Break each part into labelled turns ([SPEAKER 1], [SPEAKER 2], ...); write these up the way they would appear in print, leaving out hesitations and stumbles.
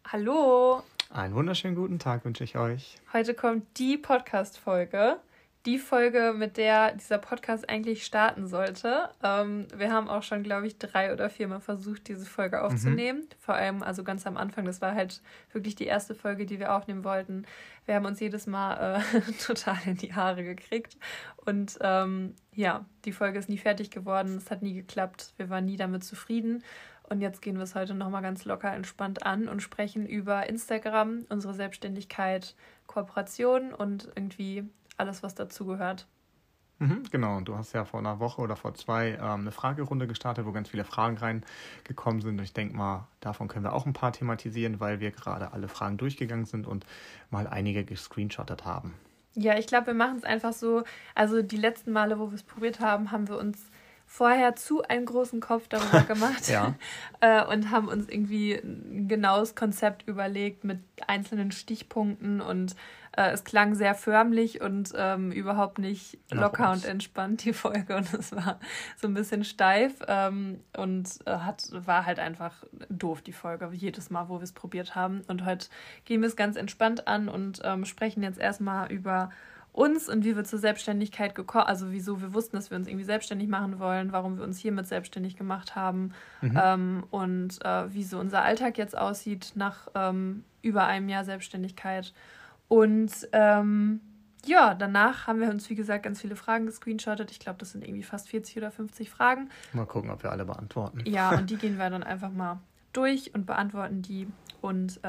[SPEAKER 1] Hallo!
[SPEAKER 2] Einen wunderschönen guten Tag wünsche ich euch.
[SPEAKER 1] Heute kommt die Podcast-Folge. Die Folge, mit der dieser Podcast eigentlich starten sollte. Wir haben auch schon, glaube ich, 3 oder 4 Mal versucht, diese Folge aufzunehmen. Vor allem, also ganz am Anfang, das war halt wirklich die erste Folge, die wir aufnehmen wollten. Wir haben uns jedes Mal total in die Haare gekriegt. Und die Folge ist nie fertig geworden. Es hat nie geklappt. Wir waren nie damit zufrieden. Und jetzt gehen wir es heute nochmal ganz locker entspannt an und sprechen über Instagram, unsere Selbstständigkeit, Kooperation und irgendwie alles, was dazugehört.
[SPEAKER 2] Genau, und du hast ja vor einer Woche oder vor 2 eine Fragerunde gestartet, wo ganz viele Fragen reingekommen sind. Und ich denke mal, davon können wir auch ein paar thematisieren, weil wir gerade alle Fragen durchgegangen sind und mal einige gescreenshottet haben.
[SPEAKER 1] Ja, ich glaube, wir machen es einfach so. Also die letzten Male, wo wir es probiert haben, haben wir uns vorher zu einen großen Kopf darüber gemacht und haben uns irgendwie ein genaues Konzept überlegt mit einzelnen Stichpunkten und es klang sehr förmlich und überhaupt nicht locker und entspannt, die Folge, und es war so ein bisschen steif war halt einfach doof, die Folge, jedes Mal, wo wir es probiert haben. Und heute gehen wir es ganz entspannt an und sprechen jetzt erstmal über uns und wie wir zur Selbstständigkeit gekommen, also wieso wir wussten, dass wir uns irgendwie selbstständig machen wollen, warum wir uns hiermit selbstständig gemacht haben und wie so unser Alltag jetzt aussieht nach über einem Jahr Selbstständigkeit. Und danach haben wir uns, wie gesagt, ganz viele Fragen gescreenshottet. Ich glaube, das sind irgendwie fast 40 oder 50 Fragen.
[SPEAKER 2] Mal gucken, ob wir alle beantworten.
[SPEAKER 1] Ja, und die gehen wir dann einfach mal durch und beantworten die. Und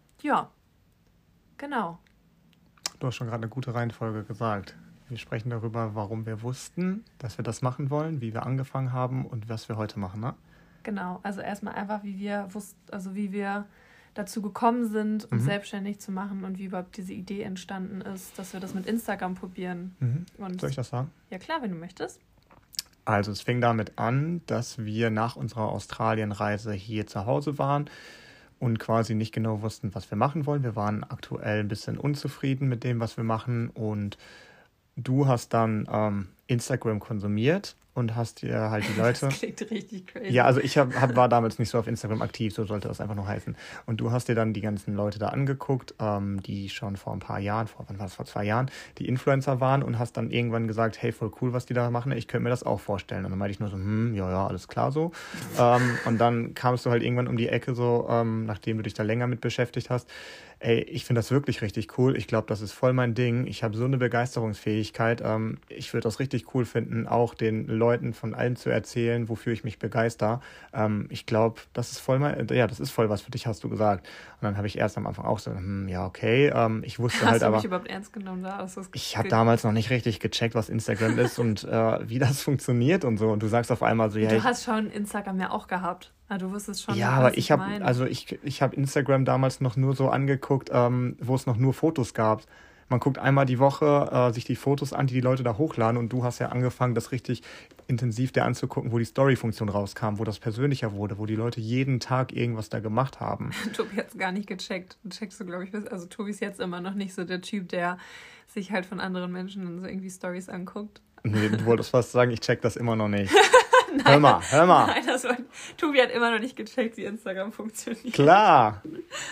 [SPEAKER 1] genau.
[SPEAKER 2] Du hast schon gerade eine gute Reihenfolge gesagt. Wir sprechen darüber, warum wir wussten, dass wir das machen wollen, wie wir angefangen haben und was wir heute machen, ne?
[SPEAKER 1] Genau, also erstmal einfach, wie wir dazu gekommen sind, uns selbstständig zu machen und wie überhaupt diese Idee entstanden ist, dass wir das mit Instagram probieren.
[SPEAKER 2] Soll ich das sagen?
[SPEAKER 1] Ja klar, wenn du möchtest.
[SPEAKER 2] Also es fing damit an, dass wir nach unserer Australienreise hier zu Hause waren und quasi nicht genau wussten, was wir machen wollen. Wir waren aktuell ein bisschen unzufrieden mit dem, was wir machen, und du hast dann Instagram konsumiert und hast dir halt die Leute...
[SPEAKER 1] Das klingt richtig crazy.
[SPEAKER 2] Ja, also ich war damals nicht so auf Instagram aktiv, so sollte das einfach nur heißen. Und du hast dir dann die ganzen Leute da angeguckt, die schon vor ein paar Jahren, wann war das, vor 2 Jahren, die Influencer waren, und hast dann irgendwann gesagt, hey, voll cool, was die da machen, ich könnte mir das auch vorstellen. Und dann meinte ich nur so, ja, alles klar so. Und dann kamst du halt irgendwann um die Ecke so, nachdem du dich da länger mit beschäftigt hast, ey, ich finde das wirklich richtig cool. Ich glaube, das ist voll mein Ding. Ich habe so eine Begeisterungsfähigkeit. Ich würde das richtig cool finden, auch den Leuten von allem zu erzählen, wofür ich mich begeister. Ich glaube, das ist voll was für dich, hast du gesagt. Und dann habe ich erst am Anfang auch so, ja, okay. Ich wusste halt aber...
[SPEAKER 1] Hast du mich überhaupt ernst genommen da?
[SPEAKER 2] Ich habe damals noch nicht richtig gecheckt, was Instagram ist und wie das funktioniert und so. Und du sagst auf einmal so, ja...
[SPEAKER 1] Du hast schon Instagram ja auch gehabt. Du wusstest schon,
[SPEAKER 2] ja, aber ich habe Instagram damals noch nur so angeguckt, wo es noch nur Fotos gab. Man guckt einmal die Woche sich die Fotos an, die Leute da hochladen, und du hast ja angefangen, das richtig intensiv dir anzugucken, wo die Story-Funktion rauskam, wo das persönlicher wurde, wo die Leute jeden Tag irgendwas da gemacht haben.
[SPEAKER 1] Tobi hat es gar nicht gecheckt. Checkst du, glaube ich, also Tobi ist jetzt immer noch nicht so der Typ, der sich halt von anderen Menschen so irgendwie Stories anguckt.
[SPEAKER 2] Nee, du wolltest fast sagen, ich check das immer noch nicht. Nein, hör mal.
[SPEAKER 1] Nein, Tobi hat immer noch nicht gecheckt, wie Instagram funktioniert.
[SPEAKER 2] Klar.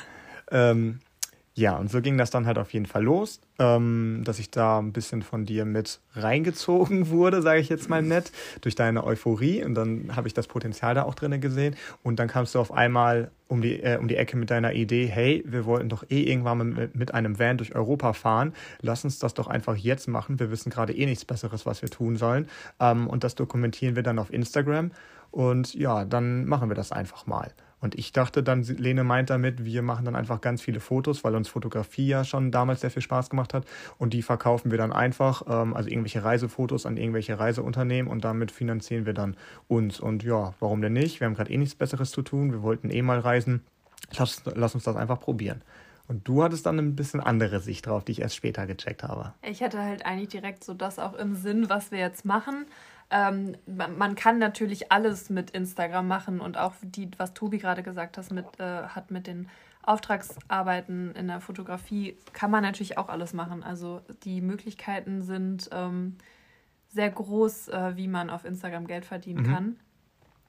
[SPEAKER 2] Ja, und so ging das dann halt auf jeden Fall los, dass ich da ein bisschen von dir mit reingezogen wurde, sage ich jetzt mal nett, durch deine Euphorie. Und dann habe ich das Potenzial da auch drin gesehen. Und dann kamst du auf einmal um die Ecke mit deiner Idee, hey, wir wollten doch irgendwann mal mit einem Van durch Europa fahren. Lass uns das doch einfach jetzt machen. Wir wissen gerade nichts Besseres, was wir tun sollen. Und das dokumentieren wir dann auf Instagram. Und ja, dann machen wir das einfach mal. Und ich dachte dann, Lene meint damit, wir machen dann einfach ganz viele Fotos, weil uns Fotografie ja schon damals sehr viel Spaß gemacht hat. Und die verkaufen wir dann einfach, also irgendwelche Reisefotos an irgendwelche Reiseunternehmen, und damit finanzieren wir dann uns. Und ja, warum denn nicht? Wir haben gerade nichts Besseres zu tun. Wir wollten mal reisen. Lass uns das einfach probieren. Und du hattest dann ein bisschen andere Sicht drauf, die ich erst später gecheckt habe.
[SPEAKER 1] Ich hatte halt eigentlich direkt so das auch im Sinn, was wir jetzt machen. Man kann natürlich alles mit Instagram machen, und auch was Tobi gerade gesagt hat mit den Auftragsarbeiten in der Fotografie, kann man natürlich auch alles machen. Also die Möglichkeiten sind sehr groß, wie man auf Instagram Geld verdienen kann.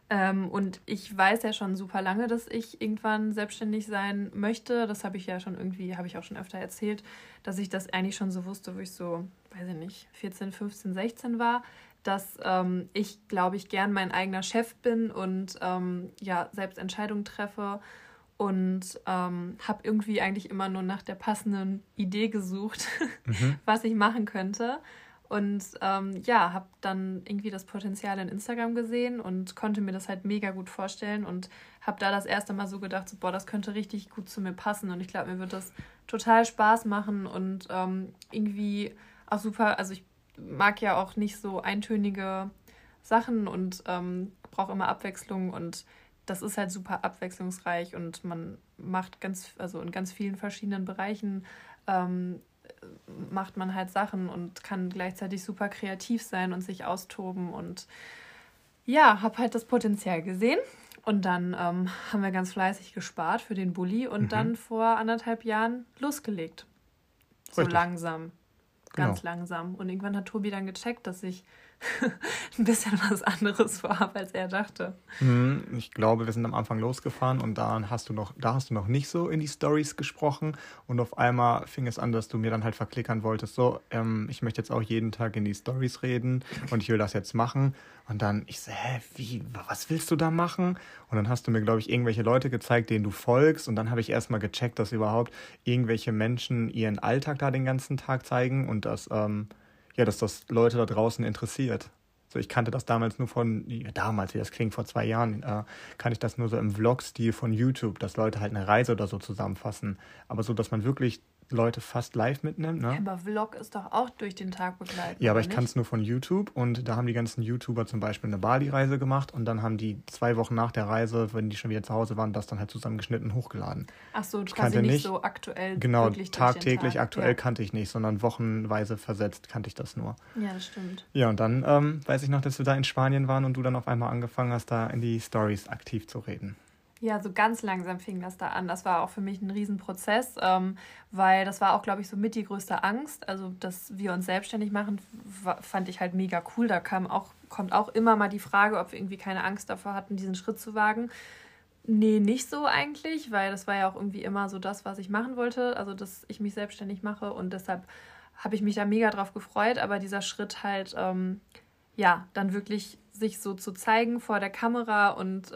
[SPEAKER 1] Und ich weiß ja schon super lange, dass ich irgendwann selbstständig sein möchte. Das habe ich ja schon irgendwie, habe ich auch schon öfter erzählt, dass ich das eigentlich schon so wusste, wo ich so, weiß ich nicht, 14, 15, 16 war, dass ich, glaube ich, gern mein eigener Chef bin und selbst Entscheidungen treffe und habe irgendwie eigentlich immer nur nach der passenden Idee gesucht, was ich machen könnte. Und habe dann irgendwie das Potenzial in Instagram gesehen und konnte mir das halt mega gut vorstellen und habe da das erste Mal so gedacht, so, boah, das könnte richtig gut zu mir passen und ich glaube, mir wird das total Spaß machen und irgendwie auch super, also ich mag ja auch nicht so eintönige Sachen und brauche immer Abwechslung und das ist halt super abwechslungsreich und man macht in ganz vielen verschiedenen Bereichen macht man halt Sachen und kann gleichzeitig super kreativ sein und sich austoben und ja, habe halt das Potenzial gesehen und dann haben wir ganz fleißig gespart für den Bulli und dann vor 1,5 Jahren losgelegt. So richtig. Langsam. Ganz langsam. Und irgendwann hat Tobi dann gecheckt, dass ich ein bisschen was anderes vorhabe, als er dachte.
[SPEAKER 2] Ich glaube, wir sind am Anfang losgefahren und da hast du noch nicht so in die Storys gesprochen und auf einmal fing es an, dass du mir dann halt verklickern wolltest, so, ich möchte jetzt auch jeden Tag in die Storys reden und ich will das jetzt machen. Und dann, ich so, was willst du da machen? Und dann hast du mir, glaube ich, irgendwelche Leute gezeigt, denen du folgst und dann habe ich erstmal gecheckt, dass überhaupt irgendwelche Menschen ihren Alltag da den ganzen Tag zeigen und dass das Leute da draußen interessiert. So, ich kannte das damals nur wie das klingt vor 2 Jahren, kannte ich das nur so im Vlog-Stil von YouTube, dass Leute halt eine Reise oder so zusammenfassen. Aber so, dass man wirklich Leute fast live mitnimmt. Ne?
[SPEAKER 1] Aber Vlog ist doch auch durch den Tag begleitet.
[SPEAKER 2] Ja, aber ich kann es nur von YouTube und da haben die ganzen YouTuber zum Beispiel eine Bali-Reise gemacht und dann haben die 2 Wochen nach der Reise, wenn die schon wieder zu Hause waren, das dann halt zusammengeschnitten hochgeladen.
[SPEAKER 1] Ach so, ich quasi nicht so aktuell.
[SPEAKER 2] Genau, tagtäglich aktuell kannte ich nicht, sondern wochenweise versetzt kannte ich das nur.
[SPEAKER 1] Ja, das stimmt.
[SPEAKER 2] Ja, und dann weiß ich noch, dass wir da in Spanien waren und du dann auf einmal angefangen hast, da in die Stories aktiv zu reden.
[SPEAKER 1] Ja, so ganz langsam fing das da an. Das war auch für mich ein Riesenprozess, weil das war auch, glaube ich, so mit die größte Angst. Also, dass wir uns selbstständig machen, fand ich halt mega cool. Da kommt auch immer mal die Frage, ob wir irgendwie keine Angst davor hatten, diesen Schritt zu wagen. Nee, nicht so eigentlich, weil das war ja auch irgendwie immer so das, was ich machen wollte. Also, dass ich mich selbstständig mache und deshalb habe ich mich da mega drauf gefreut. Aber dieser Schritt halt, dann wirklich sich so zu zeigen vor der Kamera und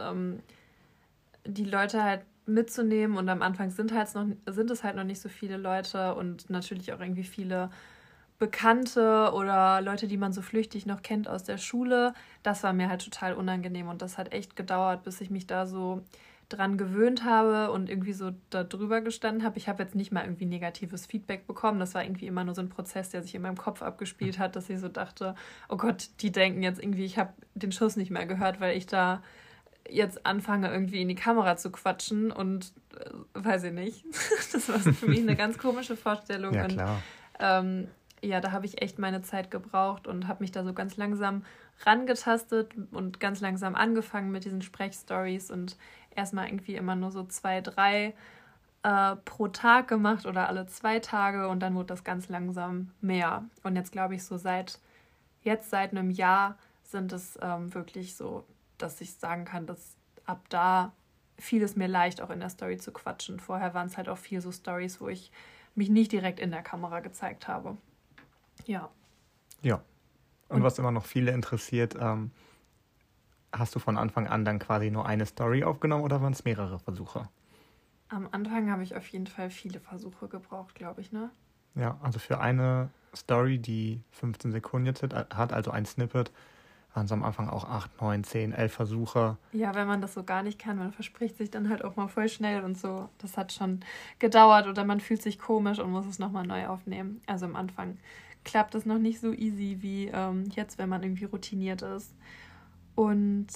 [SPEAKER 1] die Leute halt mitzunehmen und am Anfang sind es halt noch nicht so viele Leute und natürlich auch irgendwie viele Bekannte oder Leute, die man so flüchtig noch kennt aus der Schule. Das war mir halt total unangenehm und das hat echt gedauert, bis ich mich da so dran gewöhnt habe und irgendwie so da drüber gestanden habe. Ich habe jetzt nicht mal irgendwie negatives Feedback bekommen. Das war irgendwie immer nur so ein Prozess, der sich in meinem Kopf abgespielt hat, dass ich so dachte, oh Gott, die denken jetzt irgendwie, ich habe den Schuss nicht mehr gehört, weil ich da jetzt anfange, irgendwie in die Kamera zu quatschen und weiß ich nicht. Das war für mich eine ganz komische Vorstellung.
[SPEAKER 2] Ja, klar.
[SPEAKER 1] Und da habe ich echt meine Zeit gebraucht und habe mich da so ganz langsam rangetastet und ganz langsam angefangen mit diesen Sprechstories und erstmal irgendwie immer nur so 2, 3 pro Tag gemacht oder alle 2 Tage und dann wurde das ganz langsam mehr. Und jetzt glaube ich so seit einem Jahr sind es wirklich so, dass ich sagen kann, dass ab da fiel es mir leicht, auch in der Story zu quatschen. Vorher waren es halt auch viel so Stories, wo ich mich nicht direkt in der Kamera gezeigt habe. Ja.
[SPEAKER 2] Ja. Und was immer noch viele interessiert, hast du von Anfang an dann quasi nur eine Story aufgenommen oder waren es mehrere Versuche?
[SPEAKER 1] Am Anfang habe ich auf jeden Fall viele Versuche gebraucht, glaube ich, ne?
[SPEAKER 2] Ja, also für eine Story, die 15 Sekunden jetzt hat, also ein Snippet, waren es am Anfang auch 8, 9, 10, 11 Versuche.
[SPEAKER 1] Ja, wenn man das so gar nicht kann, man verspricht sich dann halt auch mal voll schnell und so. Das hat schon gedauert oder man fühlt sich komisch und muss es nochmal neu aufnehmen. Also am Anfang klappt es noch nicht so easy wie jetzt, wenn man irgendwie routiniert ist. Und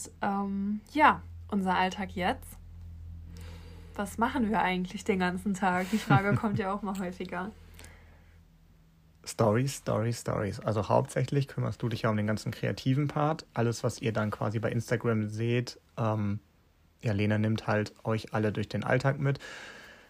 [SPEAKER 1] unser Alltag jetzt. Was machen wir eigentlich den ganzen Tag? Die Frage kommt ja auch mal häufiger.
[SPEAKER 2] Stories. Also hauptsächlich kümmerst du dich ja um den ganzen kreativen Part. Alles, was ihr dann quasi bei Instagram seht, Lena nimmt halt euch alle durch den Alltag mit,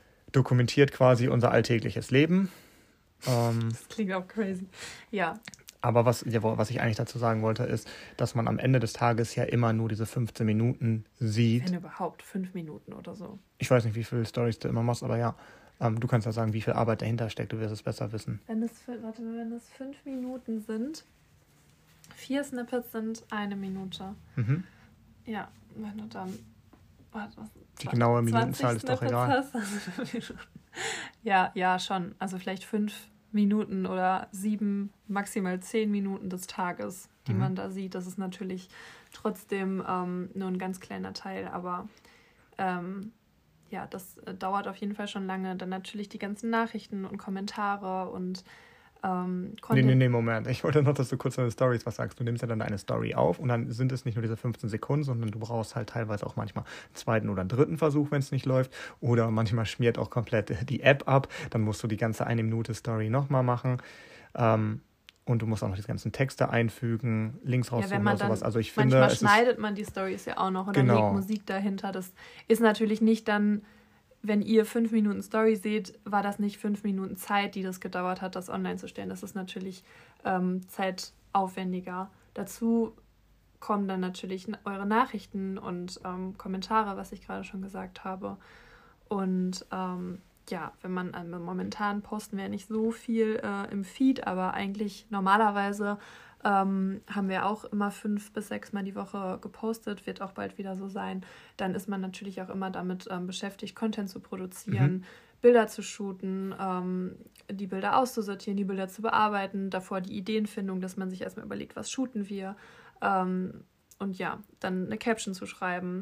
[SPEAKER 2] dokumentiert quasi unser alltägliches Leben.
[SPEAKER 1] Das klingt auch crazy. Ja.
[SPEAKER 2] Aber was ich eigentlich dazu sagen wollte, ist, dass man am Ende des Tages ja immer nur diese 15 Minuten sieht.
[SPEAKER 1] Wenn überhaupt, 5 Minuten oder so.
[SPEAKER 2] Ich weiß nicht, wie viele Storys du immer machst, aber ja, du kannst ja sagen, wie viel Arbeit dahinter steckt, du wirst es besser wissen.
[SPEAKER 1] Wenn es 5 Minuten sind, 4 Snippets sind 1 Minute.
[SPEAKER 2] Mhm.
[SPEAKER 1] Ja, wenn du dann...
[SPEAKER 2] Die genaue Minutenzahl ist doch egal.
[SPEAKER 1] Ja, schon. Also vielleicht 5 Minuten oder 7, maximal 10 Minuten des Tages, die man da sieht. Das ist natürlich trotzdem nur ein ganz kleiner Teil, aber das dauert auf jeden Fall schon lange. Dann natürlich die ganzen Nachrichten und Kommentare und
[SPEAKER 2] Nee, Moment. Ich wollte noch, dass du kurz deine Storys was sagst. Du nimmst ja dann eine Story auf und dann sind es nicht nur diese 15 Sekunden, sondern du brauchst halt teilweise auch manchmal einen zweiten oder einen dritten Versuch, wenn es nicht läuft. Oder manchmal schmiert auch komplett die App ab. Dann musst du die ganze 1 Minute Story nochmal machen. Und du musst auch noch die ganzen Texte einfügen, Links raussuchen oder sowas. Also ich finde,
[SPEAKER 1] manchmal schneidet man die Storys ja auch noch oder legt Musik dahinter. Das ist natürlich nicht dann... Wenn ihr 5 Minuten Story seht, war das nicht 5 Minuten Zeit, die das gedauert hat, das online zu stellen. Das ist natürlich zeitaufwendiger. Dazu kommen dann natürlich eure Nachrichten und Kommentare, was ich gerade schon gesagt habe. Und wenn man momentan posten wir ja nicht so viel im Feed, aber eigentlich normalerweise haben wir auch immer 5 bis 6 Mal die Woche gepostet, wird auch bald wieder so sein. Dann ist man natürlich auch immer damit beschäftigt, Content zu produzieren, Bilder zu shooten, die Bilder auszusortieren, die Bilder zu bearbeiten, davor die Ideenfindung, dass man sich erstmal überlegt, was shooten wir und ja, dann eine Caption zu schreiben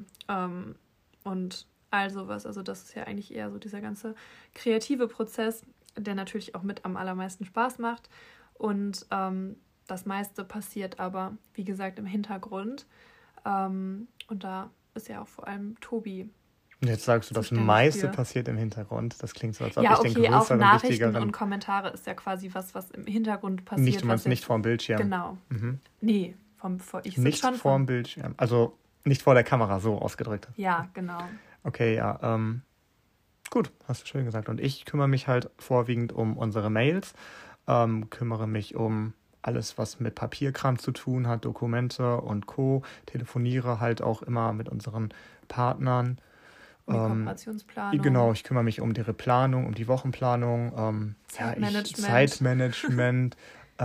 [SPEAKER 1] und all sowas. Also das ist ja eigentlich eher so dieser ganze kreative Prozess, der natürlich auch mit am allermeisten Spaß macht und das meiste passiert aber, wie gesagt, im Hintergrund. Und da ist ja auch vor allem Tobi.
[SPEAKER 2] Jetzt sagst du, das meiste passiert im Hintergrund. Das klingt so, als ob ich den größeren,
[SPEAKER 1] auch Nachrichten wichtigeren... und Kommentare ist ja quasi was im Hintergrund passiert.
[SPEAKER 2] Nicht, du meinst nicht vor dem Bildschirm.
[SPEAKER 1] Genau. Nee, ich
[SPEAKER 2] nicht schon vor dem Bildschirm. Also nicht vor der Kamera, so ausgedrückt.
[SPEAKER 1] Ja, genau.
[SPEAKER 2] Okay, ja. Gut, hast du schön gesagt. Und ich kümmere mich halt vorwiegend um unsere Mails, kümmere mich um alles, was mit Papierkram zu tun hat, Dokumente und Co. Telefoniere halt auch immer mit unseren Partnern.
[SPEAKER 1] Die Kooperationsplanung.
[SPEAKER 2] Genau, ich kümmere mich um ihre Planung, um die Wochenplanung, Zeitmanagement.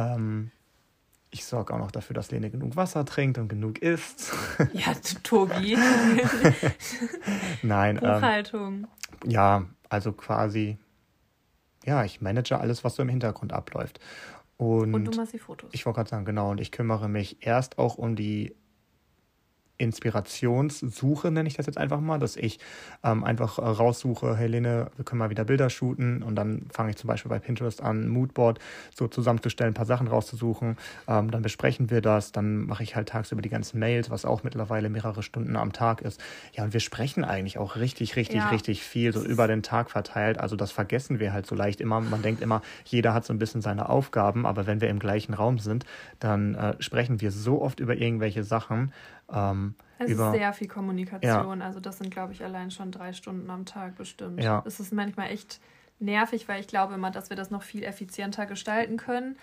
[SPEAKER 2] Ich sorge auch noch dafür, dass Lene genug Wasser trinkt und genug isst.
[SPEAKER 1] Ja, Tobi.
[SPEAKER 2] Nein.
[SPEAKER 1] Buchhaltung.
[SPEAKER 2] Ja, also quasi, ja, ich manage alles, was so im Hintergrund abläuft. Und
[SPEAKER 1] du machst die Fotos.
[SPEAKER 2] Ich wollte gerade sagen, genau. Und ich kümmere mich erst auch um die Inspirationssuche, nenne ich das jetzt einfach mal, dass ich einfach raussuche, hey Lene, wir können mal wieder Bilder shooten und dann fange ich zum Beispiel bei Pinterest an, ein Moodboard so zusammenzustellen, ein paar Sachen rauszusuchen, dann besprechen wir das, dann mache ich halt tagsüber die ganzen Mails, was auch mittlerweile mehrere Stunden am Tag ist. Ja, und wir sprechen eigentlich auch richtig viel, so über den Tag verteilt, also das vergessen wir halt so leicht immer. Man denkt immer, jeder hat so ein bisschen seine Aufgaben, aber wenn wir im gleichen Raum sind, dann sprechen wir so oft über irgendwelche Sachen.
[SPEAKER 1] Es ist sehr viel Kommunikation, ja. Also das sind, glaube ich, allein schon 3 Stunden am Tag bestimmt. Ja. Es ist manchmal echt nervig, weil ich glaube immer, dass wir das noch viel effizienter gestalten können,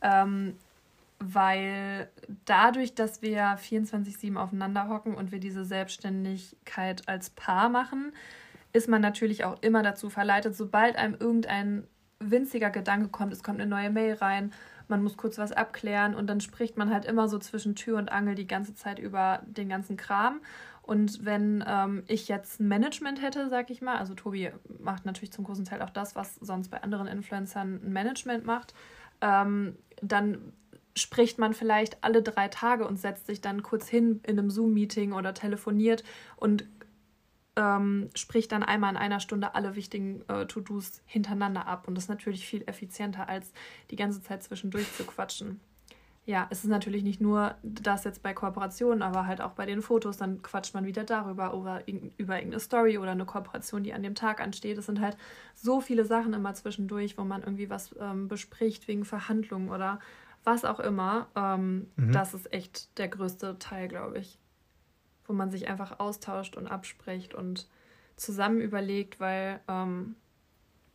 [SPEAKER 1] weil dadurch, dass wir 24/7 aufeinander hocken und wir diese Selbstständigkeit als Paar machen, ist man natürlich auch immer dazu verleitet, sobald einem irgendein winziger Gedanke kommt, es kommt eine neue Mail rein, man muss kurz was abklären und dann spricht man halt immer so zwischen Tür und Angel die ganze Zeit über den ganzen Kram. Und wenn ich jetzt ein Management hätte, sag ich mal, also Tobi macht natürlich zum großen Teil auch das, was sonst bei anderen Influencern ein Management macht, dann spricht man vielleicht alle 3 Tage und setzt sich dann kurz hin in einem Zoom-Meeting oder telefoniert und spricht dann einmal in einer Stunde alle wichtigen To-Dos hintereinander ab. Und das ist natürlich viel effizienter, als die ganze Zeit zwischendurch zu quatschen. Ja, es ist natürlich nicht nur das jetzt bei Kooperationen, aber halt auch bei den Fotos. Dann quatscht man wieder darüber, über irgendeine Story oder eine Kooperation, die an dem Tag ansteht. Es sind halt so viele Sachen immer zwischendurch, wo man irgendwie was bespricht wegen Verhandlungen oder was auch immer. Das ist echt der größte Teil, glaube ich. Wo man sich einfach austauscht und abspricht und zusammen überlegt, weil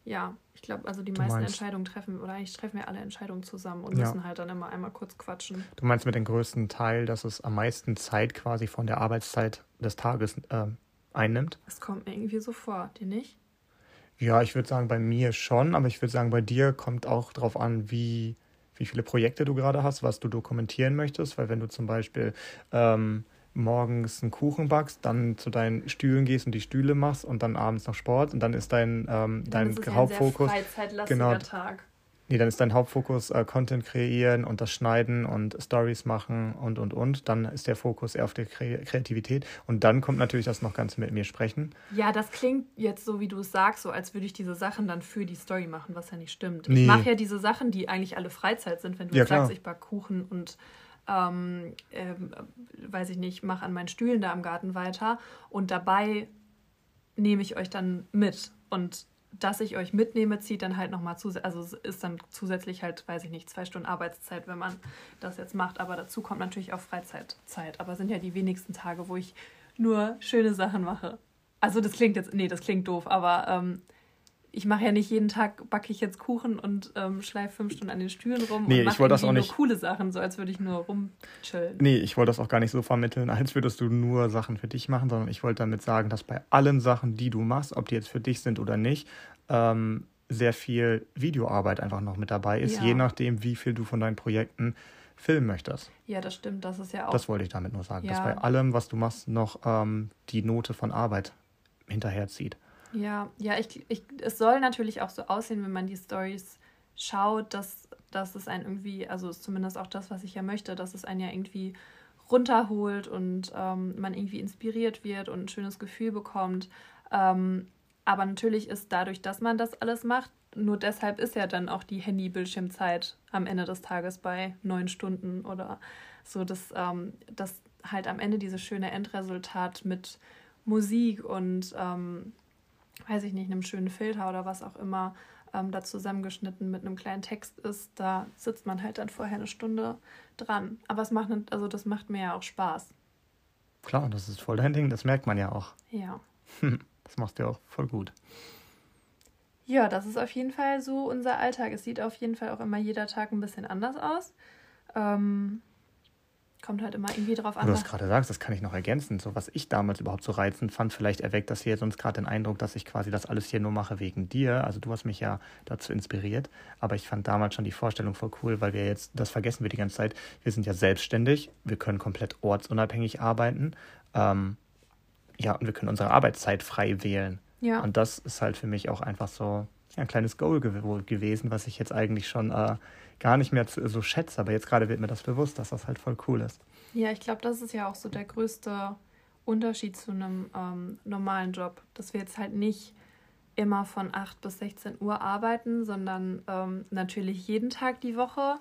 [SPEAKER 1] Ja, ich glaube, also die meisten Entscheidungen treffen wir alle Entscheidungen zusammen und müssen halt dann immer einmal kurz quatschen.
[SPEAKER 2] Du meinst mit dem größten Teil, dass es am meisten Zeit quasi von der Arbeitszeit des Tages einnimmt?
[SPEAKER 1] Das kommt mir irgendwie so vor, dir nicht?
[SPEAKER 2] Ja, ich würde sagen, bei mir schon, aber ich würde sagen, bei dir kommt auch drauf an, wie viele Projekte du gerade hast, was du dokumentieren möchtest, weil wenn du zum Beispiel morgens einen Kuchen backst, dann zu deinen Stühlen gehst und die Stühle machst und dann abends noch Sport und dann ist dein Hauptfokus
[SPEAKER 1] ein sehr freizeitlastiger Tag.
[SPEAKER 2] Nee, dann ist dein Hauptfokus Content kreieren und das Schneiden und Stories machen und. Dann ist der Fokus eher auf der Kreativität. Und dann kommt natürlich das noch Ganze mit mir sprechen.
[SPEAKER 1] Ja, das klingt jetzt so, wie du es sagst, so als würde ich diese Sachen dann für die Story machen, was ja nicht stimmt. Nee. Ich mache ja diese Sachen, die eigentlich alle Freizeit sind, wenn du jetzt sagst, ich backe Kuchen und weiß ich nicht, mache an meinen Stühlen da im Garten weiter. Und dabei nehme ich euch dann mit. Und dass ich euch mitnehme, zieht dann halt nochmal also ist dann zusätzlich halt, weiß ich nicht, 2 Stunden Arbeitszeit, wenn man das jetzt macht. Aber dazu kommt natürlich auch Freizeitzeit. Aber es sind ja die wenigsten Tage, wo ich nur schöne Sachen mache. Also das klingt doof, aber ich mache ja nicht jeden Tag, backe ich jetzt Kuchen und schleife 5 Stunden an den Stühlen rum und mache nur coole Sachen, so als würde ich nur rumchillen.
[SPEAKER 2] Nee, ich wollte das auch gar nicht so vermitteln, als würdest du nur Sachen für dich machen, sondern ich wollte damit sagen, dass bei allen Sachen, die du machst, ob die jetzt für dich sind oder nicht, sehr viel Videoarbeit einfach noch mit dabei ist, je nachdem, wie viel du von deinen Projekten filmen möchtest.
[SPEAKER 1] Ja, das stimmt, das ist ja auch...
[SPEAKER 2] Das wollte ich damit nur sagen, dass bei allem, was du machst, noch die Note von Arbeit hinterherzieht.
[SPEAKER 1] Ja, es soll natürlich auch so aussehen, wenn man die Storys schaut, dass es einen irgendwie, also ist zumindest auch das, was ich ja möchte, dass es einen ja irgendwie runterholt und man irgendwie inspiriert wird und ein schönes Gefühl bekommt. Aber natürlich ist dadurch, dass man das alles macht, nur deshalb ist ja dann auch die Handy-Bildschirmzeit am Ende des Tages bei 9 Stunden oder so, dass halt am Ende dieses schöne Endresultat mit Musik und weiß ich nicht, einem schönen Filter oder was auch immer da zusammengeschnitten mit einem kleinen Text ist, da sitzt man halt dann vorher eine Stunde dran. Aber das macht mir ja auch Spaß.
[SPEAKER 2] Klar, das ist voll dein Ding, das merkt man ja auch.
[SPEAKER 1] Ja.
[SPEAKER 2] Das machst du ja auch voll gut.
[SPEAKER 1] Ja, das ist auf jeden Fall so unser Alltag. Es sieht auf jeden Fall auch immer jeder Tag ein bisschen anders aus. Kommt halt immer irgendwie drauf an.
[SPEAKER 2] Wo du das gerade sagst, das kann ich noch ergänzen. So, was ich damals überhaupt so reizend fand, vielleicht erweckt das hier sonst gerade den Eindruck, dass ich quasi das alles hier nur mache wegen dir. Also du hast mich ja dazu inspiriert. Aber ich fand damals schon die Vorstellung voll cool, weil das vergessen wir die ganze Zeit, wir sind ja selbstständig, wir können komplett ortsunabhängig arbeiten. Und wir können unsere Arbeitszeit frei wählen. Ja. Und das ist halt für mich auch einfach so ein kleines Goal gewesen, was ich jetzt eigentlich schon gar nicht mehr so schätze. Aber jetzt gerade wird mir das bewusst, dass das halt voll cool ist.
[SPEAKER 1] Ja, ich glaube, das ist ja auch so der größte Unterschied zu einem normalen Job. Dass wir jetzt halt nicht immer von 8 bis 16 Uhr arbeiten, sondern natürlich jeden Tag die Woche.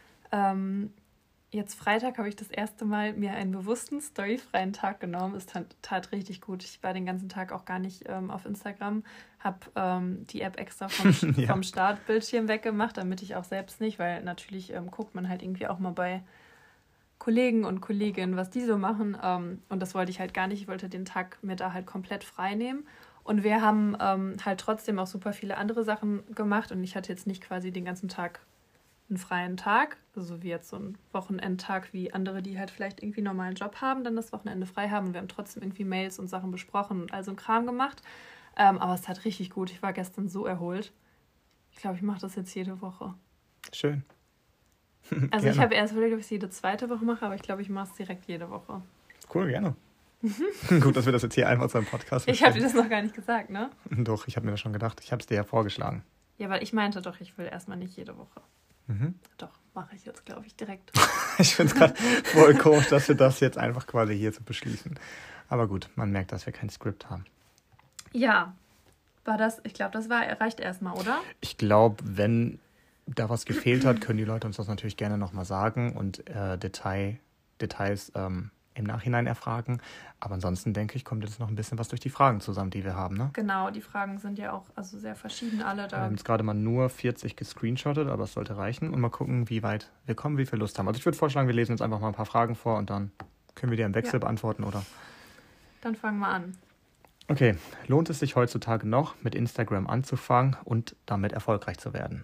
[SPEAKER 1] Jetzt Freitag habe ich das erste Mal mir einen bewussten, storyfreien Tag genommen. Es tat richtig gut. Ich war den ganzen Tag auch gar nicht auf Instagram, habe die App extra vom Startbildschirm weggemacht, damit ich auch selbst nicht, weil natürlich guckt man halt irgendwie auch mal bei Kollegen und Kolleginnen, was die so machen. Und das wollte ich halt gar nicht. Ich wollte den Tag mir da halt komplett frei nehmen. Und wir haben halt trotzdem auch super viele andere Sachen gemacht. Und ich hatte jetzt nicht quasi den ganzen Tag einen freien Tag, also wie jetzt so ein Wochenendtag, wie andere, die halt vielleicht irgendwie einen normalen Job haben, dann das Wochenende frei haben. Und wir haben trotzdem irgendwie Mails und Sachen besprochen und all so einen Kram gemacht. Aber es tat richtig gut. Ich war gestern so erholt. Ich glaube, ich mache das jetzt jede Woche.
[SPEAKER 2] Schön.
[SPEAKER 1] Also ich habe erst überlegt, ob ich es jede zweite Woche mache, aber ich glaube, ich mache es direkt jede Woche.
[SPEAKER 2] Cool, gerne. Gut, dass wir das jetzt hier einmal zu einem Podcast
[SPEAKER 1] Ich habe dir das noch gar nicht gesagt, ne?
[SPEAKER 2] Doch, ich habe mir das schon gedacht. Ich habe es dir ja vorgeschlagen.
[SPEAKER 1] Ja, weil ich meinte doch, ich will erstmal nicht jede Woche. Doch, mache ich jetzt, glaube ich, direkt.
[SPEAKER 2] Ich finde es gerade voll komisch, dass wir das jetzt einfach quasi hier so beschließen. Aber gut, man merkt, dass wir kein Skript haben.
[SPEAKER 1] Ja, ich glaube, das reicht erstmal, oder?
[SPEAKER 2] Ich glaube, wenn da was gefehlt hat, können die Leute uns das natürlich gerne nochmal sagen und Details im Nachhinein erfragen. Aber ansonsten, denke ich, kommt jetzt noch ein bisschen was durch die Fragen zusammen, die wir haben, ne?
[SPEAKER 1] Genau, die Fragen sind ja auch sehr verschieden alle da.
[SPEAKER 2] Wir haben jetzt gerade mal nur 40 gescreenshottet, aber es sollte reichen. Und mal gucken, wie weit wir kommen, wie viel Lust haben. Also ich würde vorschlagen, wir lesen jetzt einfach mal ein paar Fragen vor und dann können wir die im Wechsel beantworten, oder?
[SPEAKER 1] Dann fangen wir an.
[SPEAKER 2] Okay, lohnt es sich heutzutage noch, mit Instagram anzufangen und damit erfolgreich zu werden?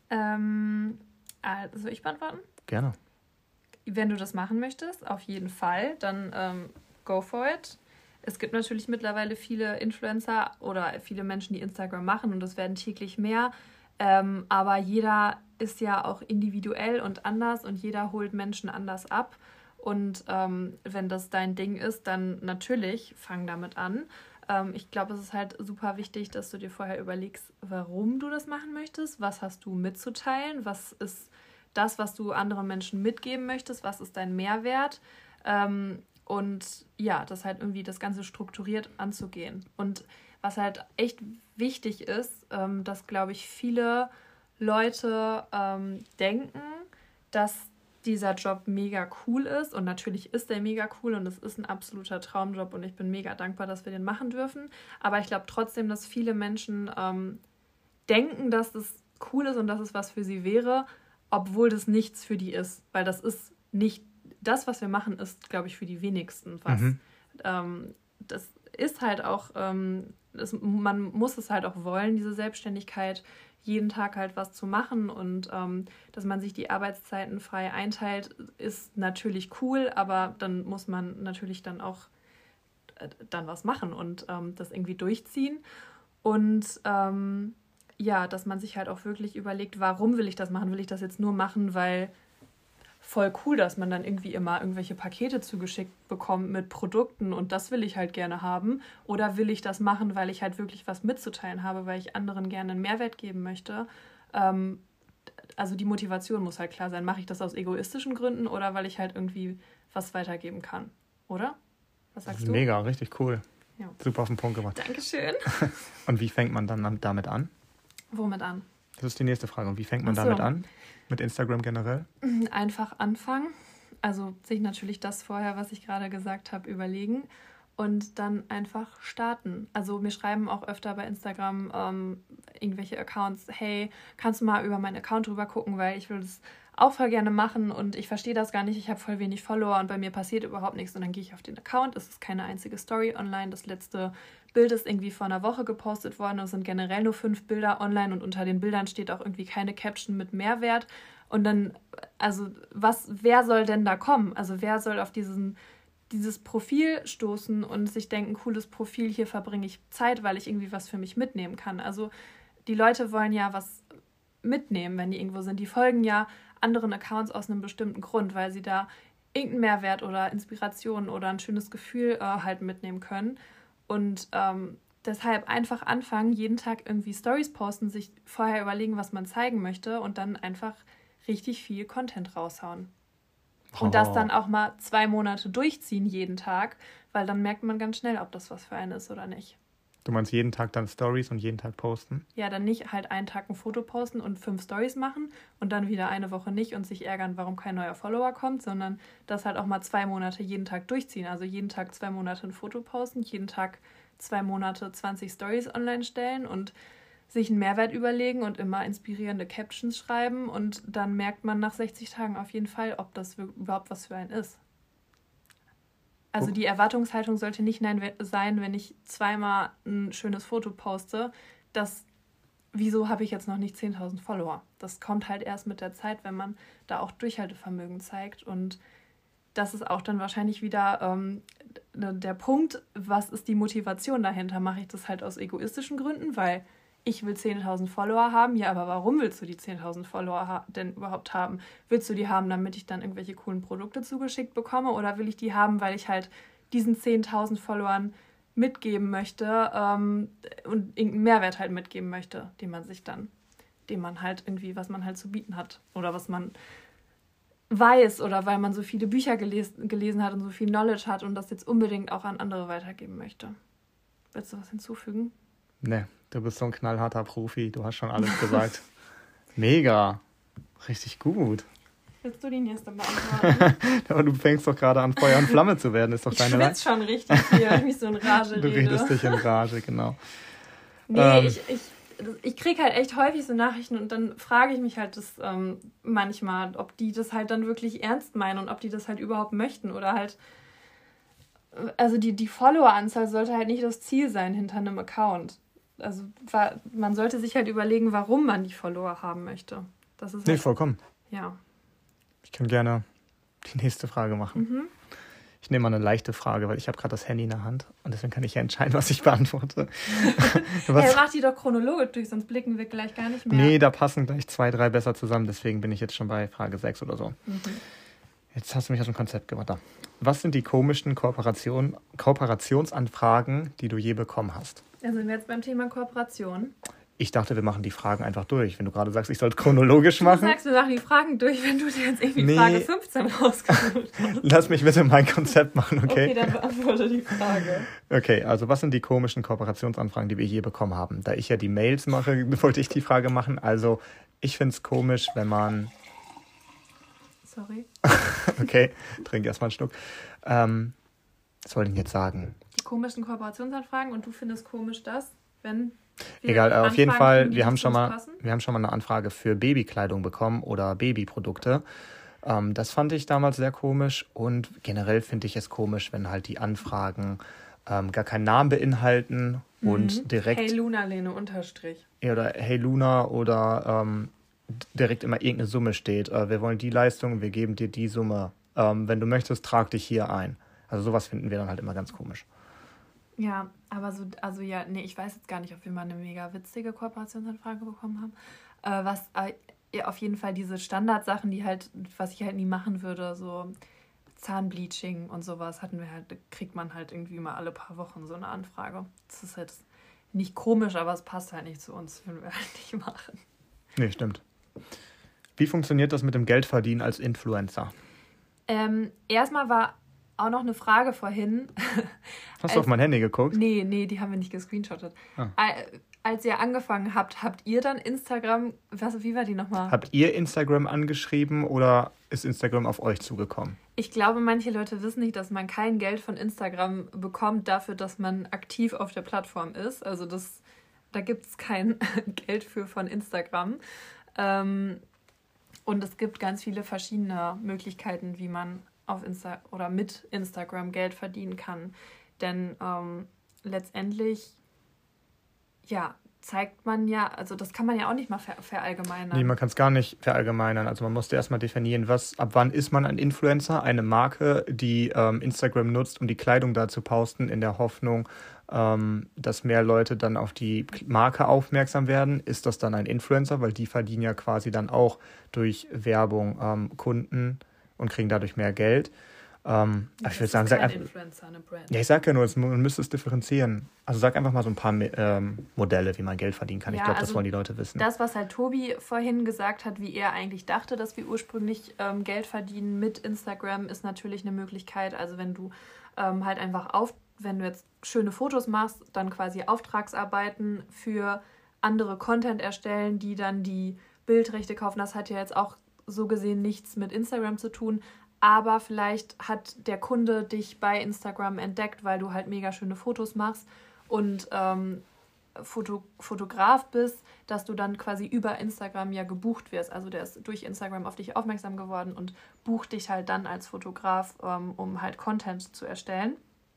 [SPEAKER 1] Soll ich beantworten?
[SPEAKER 2] Gerne.
[SPEAKER 1] Wenn du das machen möchtest, auf jeden Fall, dann go for it. Es gibt natürlich mittlerweile viele Influencer oder viele Menschen, die Instagram machen und es werden täglich mehr. Aber jeder ist ja auch individuell und anders und jeder holt Menschen anders ab. Und wenn das dein Ding ist, dann natürlich fang damit an. Ich glaube, es ist halt super wichtig, dass du dir vorher überlegst, warum du das machen möchtest, was hast du mitzuteilen, was ist das, was du anderen Menschen mitgeben möchtest, was ist dein Mehrwert und ja, das halt irgendwie das Ganze strukturiert anzugehen. Und was halt echt wichtig ist, dass, glaube ich, viele Leute denken, dass dieser Job mega cool ist und natürlich ist der mega cool und es ist ein absoluter Traumjob und ich bin mega dankbar, dass wir den machen dürfen, aber ich glaube trotzdem, dass viele Menschen denken, dass das cool ist und dass es was für sie wäre, obwohl das nichts für die ist, weil das ist nicht, das, was wir machen, ist, glaube ich, für die wenigsten was. Das ist halt auch, man muss es halt auch wollen, diese Selbstständigkeit, jeden Tag halt was zu machen und dass man sich die Arbeitszeiten frei einteilt, ist natürlich cool, aber dann muss man natürlich dann auch dann was machen und das irgendwie durchziehen und ja, dass man sich halt auch wirklich überlegt, warum will ich das machen? Will ich das jetzt nur machen, weil voll cool, dass man dann irgendwie immer irgendwelche Pakete zugeschickt bekommt mit Produkten und das will ich halt gerne haben? Oder will ich das machen, weil ich halt wirklich was mitzuteilen habe, weil ich anderen gerne einen Mehrwert geben möchte? Also die Motivation muss halt klar sein. Mache ich das aus egoistischen Gründen oder weil ich halt irgendwie was weitergeben kann? Oder? Was sagst du?
[SPEAKER 2] Mega, richtig cool.
[SPEAKER 1] Ja.
[SPEAKER 2] Super auf den Punkt gemacht.
[SPEAKER 1] Dankeschön.
[SPEAKER 2] Und wie fängt man dann damit an?
[SPEAKER 1] Womit an?
[SPEAKER 2] Das ist die nächste Frage. Und wie fängt man damit an? Mit Instagram generell?
[SPEAKER 1] Einfach anfangen. Also sich natürlich das vorher, was ich gerade gesagt habe, überlegen und dann einfach starten. Also mir schreiben auch öfter bei Instagram irgendwelche Accounts, hey, kannst du mal über meinen Account drüber gucken, weil ich will das auch voll gerne machen und ich verstehe das gar nicht, ich habe voll wenig Follower und bei mir passiert überhaupt nichts und dann gehe ich auf den Account, es ist keine einzige Story online, das letzte Bild ist irgendwie vor einer Woche gepostet worden, es sind generell nur 5 Bilder online und unter den Bildern steht auch irgendwie keine Caption mit Mehrwert und dann, also wer soll denn da kommen? Also wer soll auf dieses Profil stoßen und sich denken, cooles Profil, hier verbringe ich Zeit, weil ich irgendwie was für mich mitnehmen kann. Also die Leute wollen ja was mitnehmen, wenn die irgendwo sind. Die folgen ja anderen Accounts aus einem bestimmten Grund, weil sie da irgendeinen Mehrwert oder Inspiration oder ein schönes Gefühl halt mitnehmen können. Und deshalb einfach anfangen, jeden Tag irgendwie Stories posten, sich vorher überlegen, was man zeigen möchte und dann einfach richtig viel Content raushauen. Und das dann auch mal 2 Monate durchziehen jeden Tag, weil dann merkt man ganz schnell, ob das was für einen ist oder nicht.
[SPEAKER 2] Du meinst jeden Tag dann Stories und jeden Tag posten?
[SPEAKER 1] Ja, dann nicht halt einen Tag ein Foto posten und 5 Stories machen und dann wieder eine Woche nicht und sich ärgern, warum kein neuer Follower kommt, sondern das halt auch mal 2 Monate jeden Tag durchziehen. Also jeden Tag 2 Monate ein Foto posten, jeden Tag 2 Monate 20 Stories online stellen und sich einen Mehrwert überlegen und immer inspirierende Captions schreiben und dann merkt man nach 60 Tagen auf jeden Fall, ob das überhaupt was für einen ist. Also die Erwartungshaltung sollte nicht sein, wenn ich zweimal ein schönes Foto poste, wieso habe ich jetzt noch nicht 10.000 Follower? Das kommt halt erst mit der Zeit, wenn man da auch Durchhaltevermögen zeigt und das ist auch dann wahrscheinlich wieder der Punkt, was ist die Motivation dahinter? Mache ich das halt aus egoistischen Gründen, weil ich will 10.000 Follower haben. Ja, aber warum willst du die 10.000 Follower denn überhaupt haben? Willst du die haben, damit ich dann irgendwelche coolen Produkte zugeschickt bekomme? Oder will ich die haben, weil ich halt diesen 10.000 Followern mitgeben möchte und irgendeinen Mehrwert halt mitgeben möchte, was man halt zu bieten hat oder was man weiß oder weil man so viele Bücher gelesen hat und so viel Knowledge hat und das jetzt unbedingt auch an andere weitergeben möchte. Willst du was hinzufügen?
[SPEAKER 2] Nee, du bist so ein knallharter Profi. Du hast schon alles gesagt. Mega. Richtig gut.
[SPEAKER 1] Willst du die nächste beantworten?
[SPEAKER 2] Aber du fängst doch gerade an, Feuer und Flamme zu werden. Ist doch deine
[SPEAKER 1] Ich schwitze schon richtig hier, wenn ich mich so in Rage rede.
[SPEAKER 2] Du redest dich in Rage, genau.
[SPEAKER 1] Nee, ich kriege halt echt häufig so Nachrichten und dann frage ich mich halt das manchmal, ob die das halt dann wirklich ernst meinen und ob die das halt überhaupt möchten oder halt also die Follower-Anzahl sollte halt nicht das Ziel sein hinter einem Account. Also man sollte sich halt überlegen, warum man die Follower haben möchte. Das ist halt,
[SPEAKER 2] nee, vollkommen.
[SPEAKER 1] Ja.
[SPEAKER 2] Ich kann gerne die nächste Frage machen.
[SPEAKER 1] Mhm.
[SPEAKER 2] Ich nehme mal eine leichte Frage, weil ich habe gerade das Handy in der Hand und deswegen kann ich ja entscheiden, was ich beantworte.
[SPEAKER 1] Hey, mach die doch chronologisch durch, sonst blicken wir gleich gar nicht mehr.
[SPEAKER 2] Nee, da passen gleich 2, 3 besser zusammen, deswegen bin ich jetzt schon bei Frage 6 oder so.
[SPEAKER 1] Mhm.
[SPEAKER 2] Jetzt hast du mich aus dem Konzept gebracht. Da. Was sind die komischen Kooperationsanfragen, die du je bekommen hast?
[SPEAKER 1] Da sind wir jetzt beim Thema Kooperation.
[SPEAKER 2] Ich dachte, wir machen die Fragen einfach durch. Wenn du gerade sagst, ich soll es chronologisch machen.
[SPEAKER 1] Du sagst, wir machen die Fragen durch, wenn du dir jetzt irgendwie Frage 15 rausgesucht hast.
[SPEAKER 2] Lass mich bitte mein Konzept machen, okay?
[SPEAKER 1] Okay, dann beantworte die Frage.
[SPEAKER 2] Okay, also was sind die komischen Kooperationsanfragen, die wir je bekommen haben? Da ich ja die Mails mache, wollte ich die Frage machen. Also ich finde es komisch, wenn man...
[SPEAKER 1] Sorry.
[SPEAKER 2] Okay, trink erstmal einen Schluck. Was soll ich denn jetzt sagen?
[SPEAKER 1] Die komischen Kooperationsanfragen und du findest komisch das, wenn...
[SPEAKER 2] Egal, auf jeden Fall, wir haben schon mal eine Anfrage für Babykleidung bekommen oder Babyprodukte. Das fand ich damals sehr komisch und generell finde ich es komisch, wenn halt die Anfragen gar keinen Namen beinhalten und direkt...
[SPEAKER 1] Hey Luna, Lene, Unterstrich.
[SPEAKER 2] Oder Hey Luna oder direkt immer irgendeine Summe steht. Wir wollen die Leistung, wir geben dir die Summe. Wenn du möchtest, trag dich hier ein. Also sowas finden wir dann halt immer ganz komisch.
[SPEAKER 1] Ja, aber so, also ja, nee, ich weiß jetzt gar nicht, ob wir mal eine mega witzige Kooperationsanfrage bekommen haben. Ja, auf jeden Fall diese Standardsachen, die halt, was ich halt nie machen würde, so Zahnbleaching und sowas kriegt man halt irgendwie mal alle paar Wochen so eine Anfrage. Das ist halt nicht komisch, aber es passt halt nicht zu uns, würden wir halt nicht machen.
[SPEAKER 2] Nee, stimmt. Wie funktioniert das mit dem Geldverdienen als Influencer?
[SPEAKER 1] Erstmal war auch noch eine Frage vorhin.
[SPEAKER 2] Hast du auf mein Handy geguckt?
[SPEAKER 1] Nee, die haben wir nicht gescreenshottet. Als ihr angefangen habt ihr dann Instagram, wie war die nochmal?
[SPEAKER 2] Habt ihr Instagram angeschrieben oder ist Instagram auf euch zugekommen?
[SPEAKER 1] Ich glaube, manche Leute wissen nicht, dass man kein Geld von Instagram bekommt dafür, dass man aktiv auf der Plattform ist. Also da gibt es kein Geld von Instagram. Und es gibt ganz viele verschiedene Möglichkeiten, wie man auf oder mit Instagram Geld verdienen kann. Denn letztendlich, ja, zeigt man ja, also das kann man ja auch nicht mal verallgemeinern.
[SPEAKER 2] Nee, man kann es gar nicht verallgemeinern. Also man musste erstmal definieren, ab wann ist man ein Influencer? Eine Marke, die Instagram nutzt, um die Kleidung da zu posten, in der Hoffnung, dass mehr Leute dann auf die Marke aufmerksam werden. Ist das dann ein Influencer? Weil die verdienen ja quasi dann auch durch Werbung Kunden und kriegen dadurch mehr Geld. Aber ich würde sagen, sag einfach,
[SPEAKER 1] Influencer, eine Brand.
[SPEAKER 2] ja, ich sag ja nur, man müsste es differenzieren. Also sag einfach mal so ein paar Modelle, wie man Geld verdienen kann. Ich glaube, das wollen die Leute wissen.
[SPEAKER 1] Das, was halt Tobi vorhin gesagt hat, wie er eigentlich dachte, dass wir ursprünglich Geld verdienen mit Instagram, ist natürlich eine Möglichkeit. Also wenn du halt einfach wenn du jetzt schöne Fotos machst, dann quasi Auftragsarbeiten für andere Content erstellen, die dann die Bildrechte kaufen. Das hat ja jetzt auch so gesehen nichts mit Instagram zu tun. Aber vielleicht hat der Kunde dich bei Instagram entdeckt, weil du halt mega schöne Fotos machst und Fotograf bist, dass du dann quasi über Instagram ja gebucht wirst. Also der ist durch Instagram auf dich aufmerksam geworden und bucht dich halt dann als Fotograf, um halt Content zu erstellen.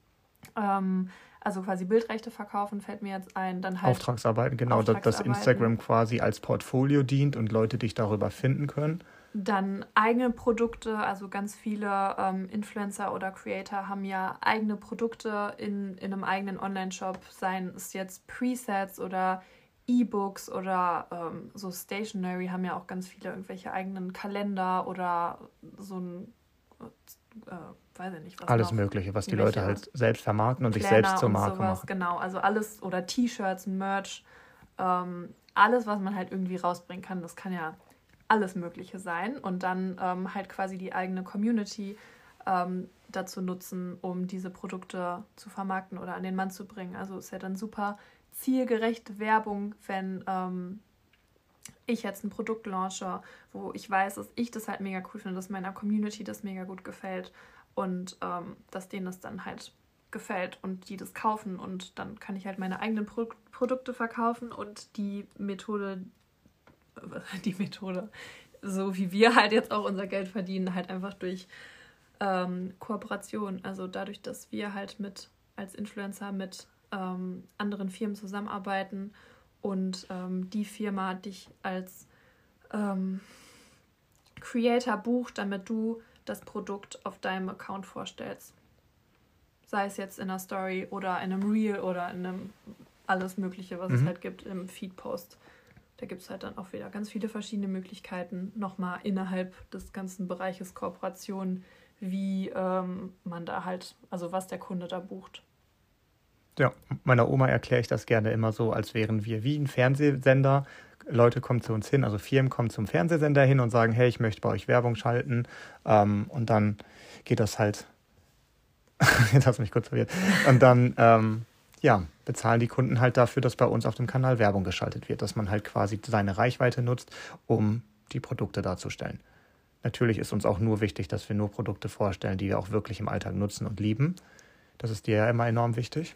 [SPEAKER 1] Also quasi Bildrechte verkaufen, fällt mir jetzt ein. Dann halt
[SPEAKER 2] Auftragsarbeiten, genau, dass Instagram quasi als Portfolio dient und Leute dich darüber finden können.
[SPEAKER 1] Dann eigene Produkte, also ganz viele Influencer oder Creator haben ja eigene Produkte in einem eigenen Online-Shop, seien es jetzt Presets oder E-Books oder so Stationery, haben ja auch ganz viele irgendwelche eigenen Kalender oder so ein, weiß ich nicht, was
[SPEAKER 2] alles
[SPEAKER 1] noch.
[SPEAKER 2] Mögliche, was die Leute halt selbst vermarkten und sich selbst zur Marke machen.
[SPEAKER 1] Genau, also alles oder T-Shirts, Merch, alles, was man halt irgendwie rausbringen kann, das kann ja alles Mögliche sein und dann halt quasi die eigene Community dazu nutzen, um diese Produkte zu vermarkten oder an den Mann zu bringen. Also ist ja dann super zielgerechte Werbung, wenn ich jetzt ein Produkt launche, wo ich weiß, dass ich das halt mega cool finde, dass meiner Community das mega gut gefällt und dass denen das dann halt gefällt und die das kaufen und dann kann ich halt meine eigenen Produkte verkaufen und die Methode, so wie wir halt jetzt auch unser Geld verdienen, halt einfach durch Kooperation. Also dadurch, dass wir halt als Influencer mit anderen Firmen zusammenarbeiten und die Firma dich als Creator bucht, damit du das Produkt auf deinem Account vorstellst. Sei es jetzt in einer Story oder in einem Reel oder in einem alles Mögliche, was es halt gibt im Feed-Post. Da gibt es halt dann auch wieder ganz viele verschiedene Möglichkeiten, nochmal innerhalb des ganzen Bereiches Kooperation, wie man da halt, also was der Kunde da bucht.
[SPEAKER 2] Ja, meiner Oma erkläre ich das gerne immer so, als wären wir wie ein Fernsehsender. Leute kommen zu uns hin, also Firmen kommen zum Fernsehsender hin und sagen, hey, ich möchte bei euch Werbung schalten. Und dann geht das halt, jetzt hast du mich kurz verwirrt, und dann bezahlen die Kunden halt dafür, dass bei uns auf dem Kanal Werbung geschaltet wird, dass man halt quasi seine Reichweite nutzt, um die Produkte darzustellen. Natürlich ist uns auch nur wichtig, dass wir nur Produkte vorstellen, die wir auch wirklich im Alltag nutzen und lieben. Das ist dir ja immer enorm wichtig.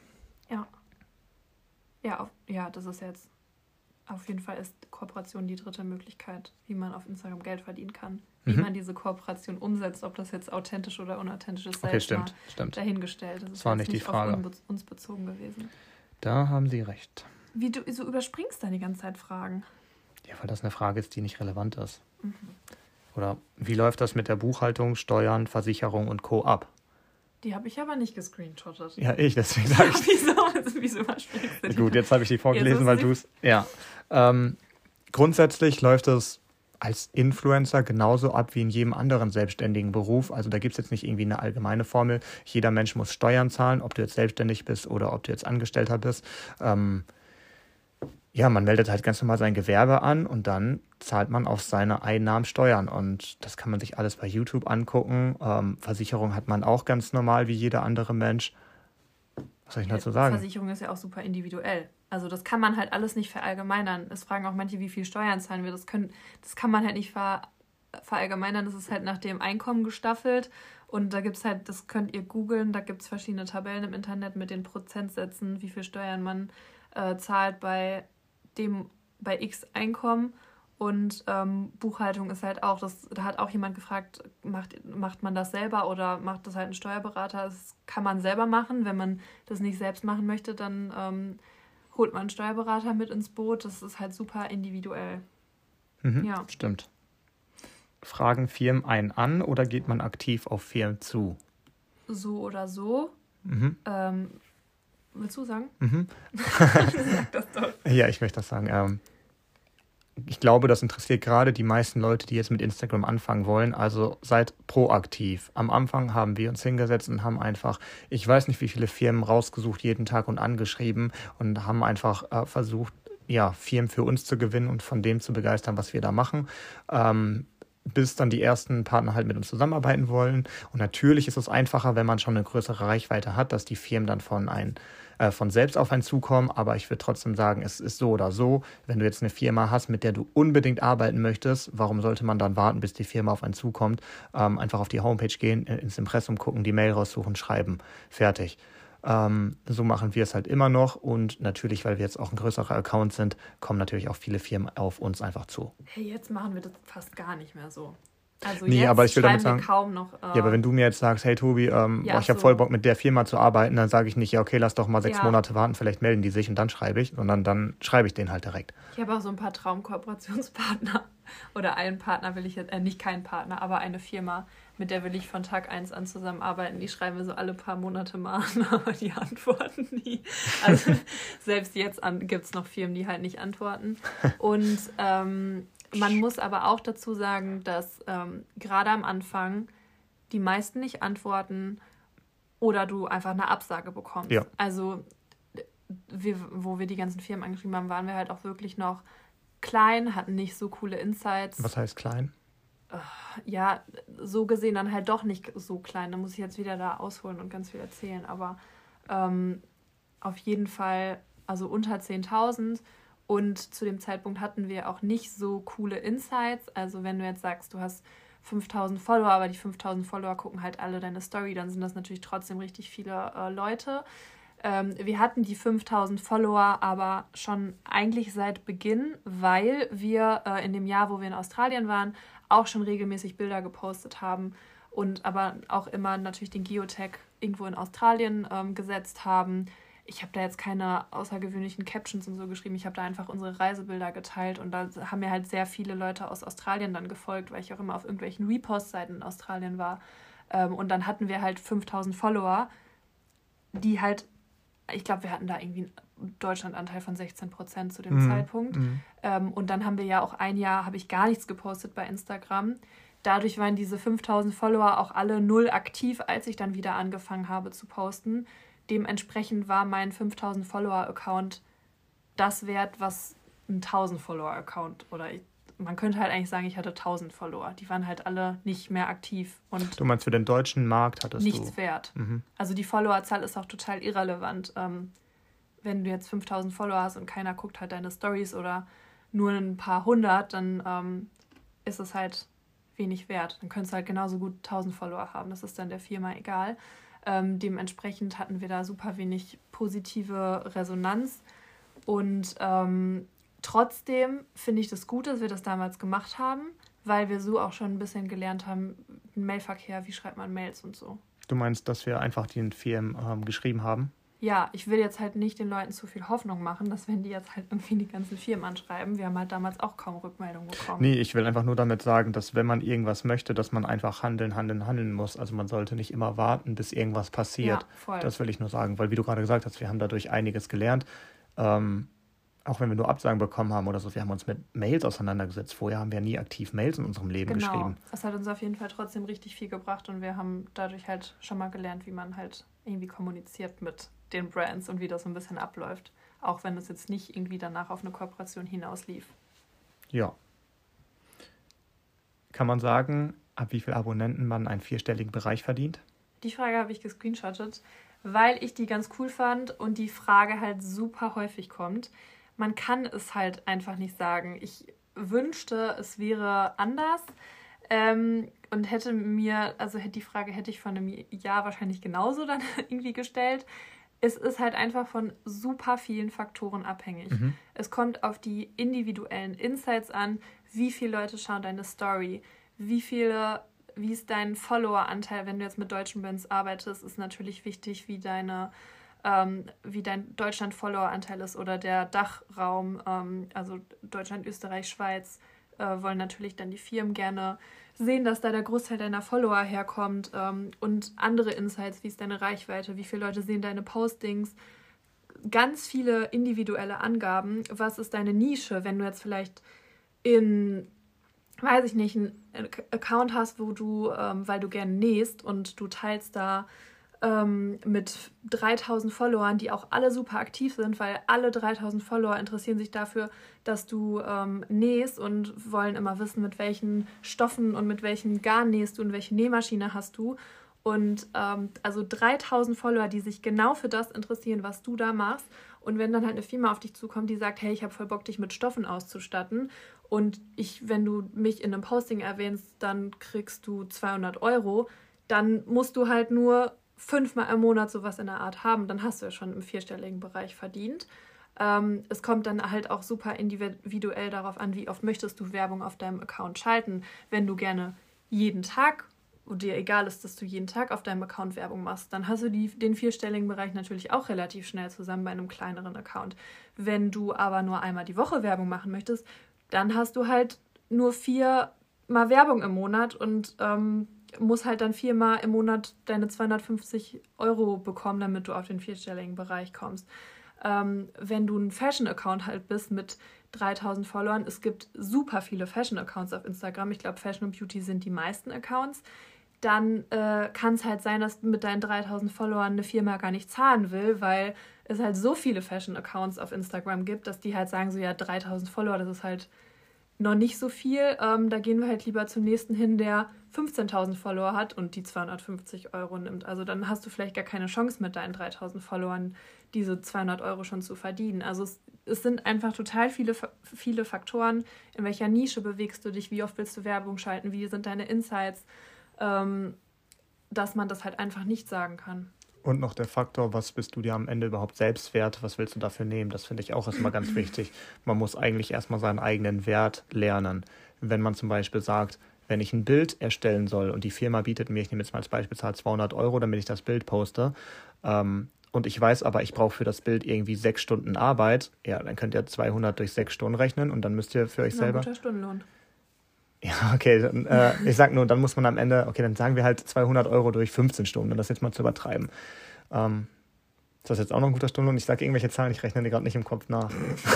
[SPEAKER 1] Ja, das ist jetzt auf jeden Fall ist Kooperation die dritte Möglichkeit, wie man auf Instagram Geld verdienen kann. Wie man diese Kooperation umsetzt, ob das jetzt authentisch oder unauthentisch ist, sei
[SPEAKER 2] stimmt.
[SPEAKER 1] dahingestellt.
[SPEAKER 2] Das war nicht die Frage.
[SPEAKER 1] Auf uns bezogen gewesen.
[SPEAKER 2] Da haben Sie recht.
[SPEAKER 1] Wie du so überspringst da die ganze Zeit Fragen?
[SPEAKER 2] Ja, weil das eine Frage ist, die nicht relevant ist. Oder wie läuft das mit der Buchhaltung, Steuern, Versicherung und Co. ab?
[SPEAKER 1] Die habe ich aber nicht gescreenshottet.
[SPEAKER 2] Ja, deswegen sage ich.
[SPEAKER 1] Wieso überspringst du die?
[SPEAKER 2] Gut, jetzt habe ich die vorgelesen, weil du es. Ja. Grundsätzlich läuft es als Influencer genauso ab wie in jedem anderen selbstständigen Beruf. Also da gibt es jetzt nicht irgendwie eine allgemeine Formel. Jeder Mensch muss Steuern zahlen, ob du jetzt selbstständig bist oder ob du jetzt Angestellter bist. Man meldet halt ganz normal sein Gewerbe an und dann zahlt man auf seine Einnahmen Steuern. Und das kann man sich alles bei YouTube angucken. Versicherung hat man auch ganz normal wie jeder andere Mensch. Was soll ich dazu sagen?
[SPEAKER 1] Versicherung ist ja auch super individuell. Also das kann man halt alles nicht verallgemeinern. Es fragen auch manche, wie viel Steuern zahlen wir. Das kann man halt nicht verallgemeinern. Das ist halt nach dem Einkommen gestaffelt. Und da gibt es halt, das könnt ihr googeln, da gibt es verschiedene Tabellen im Internet mit den Prozentsätzen, wie viel Steuern man zahlt bei X Einkommen. Und Buchhaltung ist halt auch, da hat auch jemand gefragt, macht man das selber oder macht das halt ein Steuerberater? Das kann man selber machen. Wenn man das nicht selbst machen möchte, dann holt man einen Steuerberater mit ins Boot. Das ist halt super individuell.
[SPEAKER 2] Ja. Stimmt. Fragen Firmen einen an oder geht man aktiv auf Firmen zu?
[SPEAKER 1] So oder so. Willst du sagen?
[SPEAKER 2] Sag das doch. Ja, ich möchte das sagen. Ich glaube, das interessiert gerade die meisten Leute, die jetzt mit Instagram anfangen wollen. Also seid proaktiv. Am Anfang haben wir uns hingesetzt und haben einfach, ich weiß nicht, wie viele Firmen rausgesucht jeden Tag und angeschrieben und haben einfach versucht, Firmen für uns zu gewinnen und von dem zu begeistern, was wir da machen. Bis dann die ersten Partner halt mit uns zusammenarbeiten wollen. Und natürlich ist es einfacher, wenn man schon eine größere Reichweite hat, dass die Firmen dann von selbst auf einen zukommen. Aber ich würde trotzdem sagen, es ist so oder so. Wenn du jetzt eine Firma hast, mit der du unbedingt arbeiten möchtest, warum sollte man dann warten, bis die Firma auf einen zukommt? Einfach auf die Homepage gehen, ins Impressum gucken, die Mail raussuchen, schreiben. Fertig. So machen wir es halt immer noch und natürlich, weil wir jetzt auch ein größerer Account sind, kommen natürlich auch viele Firmen auf uns einfach zu.
[SPEAKER 1] Hey, jetzt machen wir das fast gar nicht mehr so. Also
[SPEAKER 2] nee,
[SPEAKER 1] jetzt
[SPEAKER 2] aber ich will damit sagen,
[SPEAKER 1] kaum noch...
[SPEAKER 2] ja, aber wenn du mir jetzt sagst, hey Tobi, ich habe voll Bock mit der Firma zu arbeiten, dann sage ich nicht, ja okay, lass doch mal 6 Monate warten, vielleicht melden die sich und dann schreibe ich, sondern dann schreibe ich den halt direkt.
[SPEAKER 1] Ich habe auch so ein paar Traumkooperationspartner oder einen Partner will ich jetzt, nicht keinen Partner, aber eine Firma, mit der will ich von Tag 1 an zusammenarbeiten. Die schreiben wir so alle paar Monate mal an, aber die antworten nie. Also selbst jetzt gibt es noch Firmen, die halt nicht antworten. Und man muss aber auch dazu sagen, dass gerade am Anfang die meisten nicht antworten oder du einfach eine Absage bekommst. Ja. Also wo wir die ganzen Firmen angeschrieben haben, waren wir halt auch wirklich noch klein, hatten nicht so coole Insights.
[SPEAKER 2] Was heißt klein?
[SPEAKER 1] Ja, so gesehen dann halt doch nicht so klein. Da muss ich jetzt wieder da ausholen und ganz viel erzählen. Aber auf jeden Fall, also unter 10.000. Und zu dem Zeitpunkt hatten wir auch nicht so coole Insights. Also wenn du jetzt sagst, du hast 5.000 Follower, aber die 5.000 Follower gucken halt alle deine Story, dann sind das natürlich trotzdem richtig viele Leute. Wir hatten die 5.000 Follower aber schon eigentlich seit Beginn, weil wir in dem Jahr, wo wir in Australien waren, auch schon regelmäßig Bilder gepostet haben und aber auch immer natürlich den Geotag irgendwo in Australien gesetzt haben. Ich habe da jetzt keine außergewöhnlichen Captions und so geschrieben. Ich habe da einfach unsere Reisebilder geteilt und da haben mir halt sehr viele Leute aus Australien dann gefolgt, weil ich auch immer auf irgendwelchen Repost-Seiten in Australien war. Und dann hatten wir halt 5000 Follower, die halt, ich glaube, wir hatten da irgendwie einen Deutschlandanteil von 16% zu dem Zeitpunkt. Und dann haben wir ja auch ein Jahr, habe ich gar nichts gepostet bei Instagram. Dadurch waren diese 5000 Follower auch alle null aktiv, als ich dann wieder angefangen habe zu posten. Dementsprechend war mein 5000 Follower-Account das wert, was ein 1000 Follower-Account oder man könnte halt eigentlich sagen, ich hatte 1000 Follower. Die waren halt alle nicht mehr aktiv. Und
[SPEAKER 2] du meinst, für den deutschen Markt hattest du...
[SPEAKER 1] Nichts wert. Also die Followerzahl ist auch total irrelevant. Wenn du jetzt 5000 Follower hast und keiner guckt halt deine Stories oder nur ein paar hundert, dann ist es halt wenig wert. Dann könntest du halt genauso gut 1000 Follower haben. Das ist dann der Firma egal. Dementsprechend hatten wir da super wenig positive Resonanz. Und trotzdem finde ich das gut, dass wir das damals gemacht haben, weil wir so auch schon ein bisschen gelernt haben, Mailverkehr, wie schreibt man Mails und so.
[SPEAKER 2] Du meinst, dass wir einfach den Firmen geschrieben haben?
[SPEAKER 1] Ja, ich will jetzt halt nicht den Leuten zu viel Hoffnung machen, dass wenn die jetzt halt irgendwie die ganzen Firmen anschreiben, wir haben halt damals auch kaum Rückmeldungen bekommen.
[SPEAKER 2] Nee, ich will einfach nur damit sagen, dass wenn man irgendwas möchte, dass man einfach handeln muss. Also man sollte nicht immer warten, bis irgendwas passiert.
[SPEAKER 1] Ja, voll.
[SPEAKER 2] Das will ich nur sagen, weil wie du gerade gesagt hast, wir haben dadurch einiges gelernt. Auch wenn wir nur Absagen bekommen haben oder so, wir haben uns mit Mails auseinandergesetzt. Vorher haben wir nie aktiv Mails in unserem Leben geschrieben.
[SPEAKER 1] Das hat uns auf jeden Fall trotzdem richtig viel gebracht und wir haben dadurch halt schon mal gelernt, wie man halt irgendwie kommuniziert mit den Brands und wie das so ein bisschen abläuft. Auch wenn es jetzt nicht irgendwie danach auf eine Kooperation hinauslief.
[SPEAKER 2] Ja. Kann man sagen, ab wie viel Abonnenten man einen 4-stelligen Bereich verdient?
[SPEAKER 1] Die Frage habe ich gescreenshottet, weil ich die ganz cool fand und die Frage halt super häufig kommt. Man kann es halt einfach nicht sagen. Ich wünschte, es wäre anders und hätte die Frage hätte ich vor einem Jahr wahrscheinlich genauso dann irgendwie gestellt. Es ist halt einfach von super vielen Faktoren abhängig. Es kommt auf die individuellen Insights an, wie viele Leute schauen deine Story, wie ist dein Follower-Anteil, wenn du jetzt mit deutschen Bands arbeitest, ist natürlich wichtig, wie dein Deutschland-Follower-Anteil ist oder der Dachraum, also Deutschland, Österreich, Schweiz, wollen natürlich dann die Firmen gerne sehen, dass da der Großteil deiner Follower herkommt und andere Insights, wie ist deine Reichweite, wie viele Leute sehen deine Postings, ganz viele individuelle Angaben, was ist deine Nische, wenn du jetzt vielleicht einen Account hast, wo du, weil du gerne nähst und du teilst da mit 3000 Followern, die auch alle super aktiv sind, weil alle 3000 Follower interessieren sich dafür, dass du nähst und wollen immer wissen, mit welchen Stoffen und mit welchen Garn nähst du und welche Nähmaschine hast du. Und also 3000 Follower, die sich genau für das interessieren, was du da machst. Und wenn dann halt eine Firma auf dich zukommt, die sagt, hey, ich habe voll Bock, dich mit Stoffen auszustatten und wenn du mich in einem Posting erwähnst, dann kriegst du 200 €, dann musst du halt nur 5-mal im Monat sowas in der Art haben, dann hast du ja schon im 4-stelligen Bereich verdient. Es kommt dann halt auch super individuell darauf an, wie oft möchtest du Werbung auf deinem Account schalten. Wenn du gerne jeden Tag, und dir egal ist, dass du jeden Tag auf deinem Account Werbung machst, dann hast du den 4-stelligen Bereich natürlich auch relativ schnell zusammen bei einem kleineren Account. Wenn du aber nur einmal die Woche Werbung machen möchtest, dann hast du halt nur 4-mal Werbung im Monat und muss halt dann 4-mal im Monat deine 250 € bekommen, damit du auf den 4-stelligen Bereich kommst. Wenn du ein Fashion-Account halt bist mit 3000 Followern, es gibt super viele Fashion-Accounts auf Instagram, ich glaube Fashion und Beauty sind die meisten Accounts, dann kann es halt sein, dass mit deinen 3000 Followern eine Firma gar nicht zahlen will, weil es halt so viele Fashion-Accounts auf Instagram gibt, dass die halt sagen so, ja 3000 Follower, das ist halt noch nicht so viel, da gehen wir halt lieber zum nächsten hin, der 15.000 Follower hat und die 250 € nimmt. Also dann hast du vielleicht gar keine Chance mit deinen 3.000 Followern diese 200 € schon zu verdienen. Also es sind einfach total viele Faktoren, in welcher Nische bewegst du dich, wie oft willst du Werbung schalten, wie sind deine Insights, dass man das halt einfach nicht sagen kann.
[SPEAKER 2] Und noch der Faktor, was bist du dir am Ende überhaupt selbst wert, was willst du dafür nehmen, das finde ich auch erstmal ganz wichtig. Man muss eigentlich erstmal seinen eigenen Wert lernen. Wenn man zum Beispiel sagt, wenn ich ein Bild erstellen soll und die Firma bietet mir, ich nehme jetzt mal als Beispiel, 200 €, damit ich das Bild poste, und ich weiß aber, ich brauche für das Bild irgendwie 6 Stunden Arbeit, ja, dann könnt ihr 200 durch 6 Stunden rechnen und dann müsst ihr für euch selber... Ein guter Stundenlohn. Ja, okay, dann, ich sag nur, dann muss man am Ende, okay, dann sagen wir halt 200 € durch 15 Stunden, um das jetzt mal zu übertreiben. Ist das jetzt auch noch ein guter Stundenlohn? Ich sage irgendwelche Zahlen, ich rechne die gerade nicht im Kopf nach.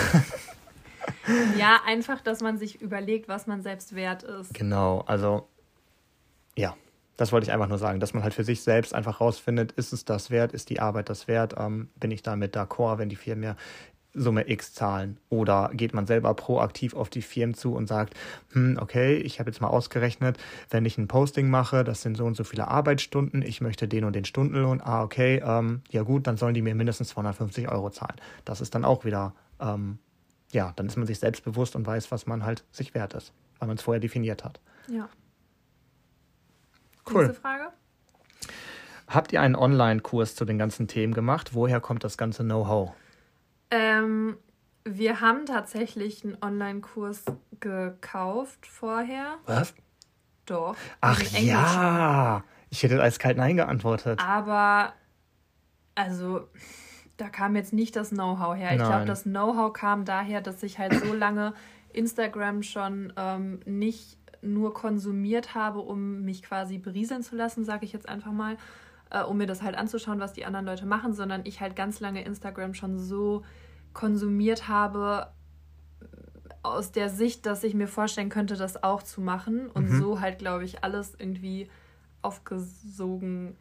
[SPEAKER 1] Ja, einfach, dass man sich überlegt, was man selbst wert ist.
[SPEAKER 2] Genau, also ja, das wollte ich einfach nur sagen, dass man halt für sich selbst einfach rausfindet, ist es das wert, ist die Arbeit das wert, bin ich damit d'accord, wenn die Firmen mir Summe X zahlen, oder geht man selber proaktiv auf die Firmen zu und sagt, okay, ich habe jetzt mal ausgerechnet, wenn ich ein Posting mache, das sind so und so viele Arbeitsstunden, ich möchte den und den Stundenlohn, okay, ja gut, dann sollen die mir mindestens 250 € zahlen. Das ist dann auch wieder, ja, dann ist man sich selbstbewusst und weiß, was man halt sich wert ist, weil man es vorher definiert hat.
[SPEAKER 1] Ja.
[SPEAKER 2] Cool.
[SPEAKER 1] Nächste Frage.
[SPEAKER 2] Habt ihr einen Online-Kurs zu den ganzen Themen gemacht? Woher kommt das ganze Know-how?
[SPEAKER 1] Wir haben tatsächlich einen Online-Kurs gekauft vorher.
[SPEAKER 2] Was?
[SPEAKER 1] Doch.
[SPEAKER 2] Ach ja, ich hätte eiskalt Nein geantwortet.
[SPEAKER 1] Aber, also, da kam jetzt nicht das Know-how her. Ich glaube, das Know-how kam daher, dass ich halt so lange Instagram schon nicht nur konsumiert habe, um mich quasi berieseln zu lassen, sage ich jetzt einfach mal, um mir das halt anzuschauen, was die anderen Leute machen, sondern ich halt ganz lange Instagram schon so konsumiert habe, aus der Sicht, dass ich mir vorstellen könnte, das auch zu machen und so halt, glaube ich, alles irgendwie aufgesogen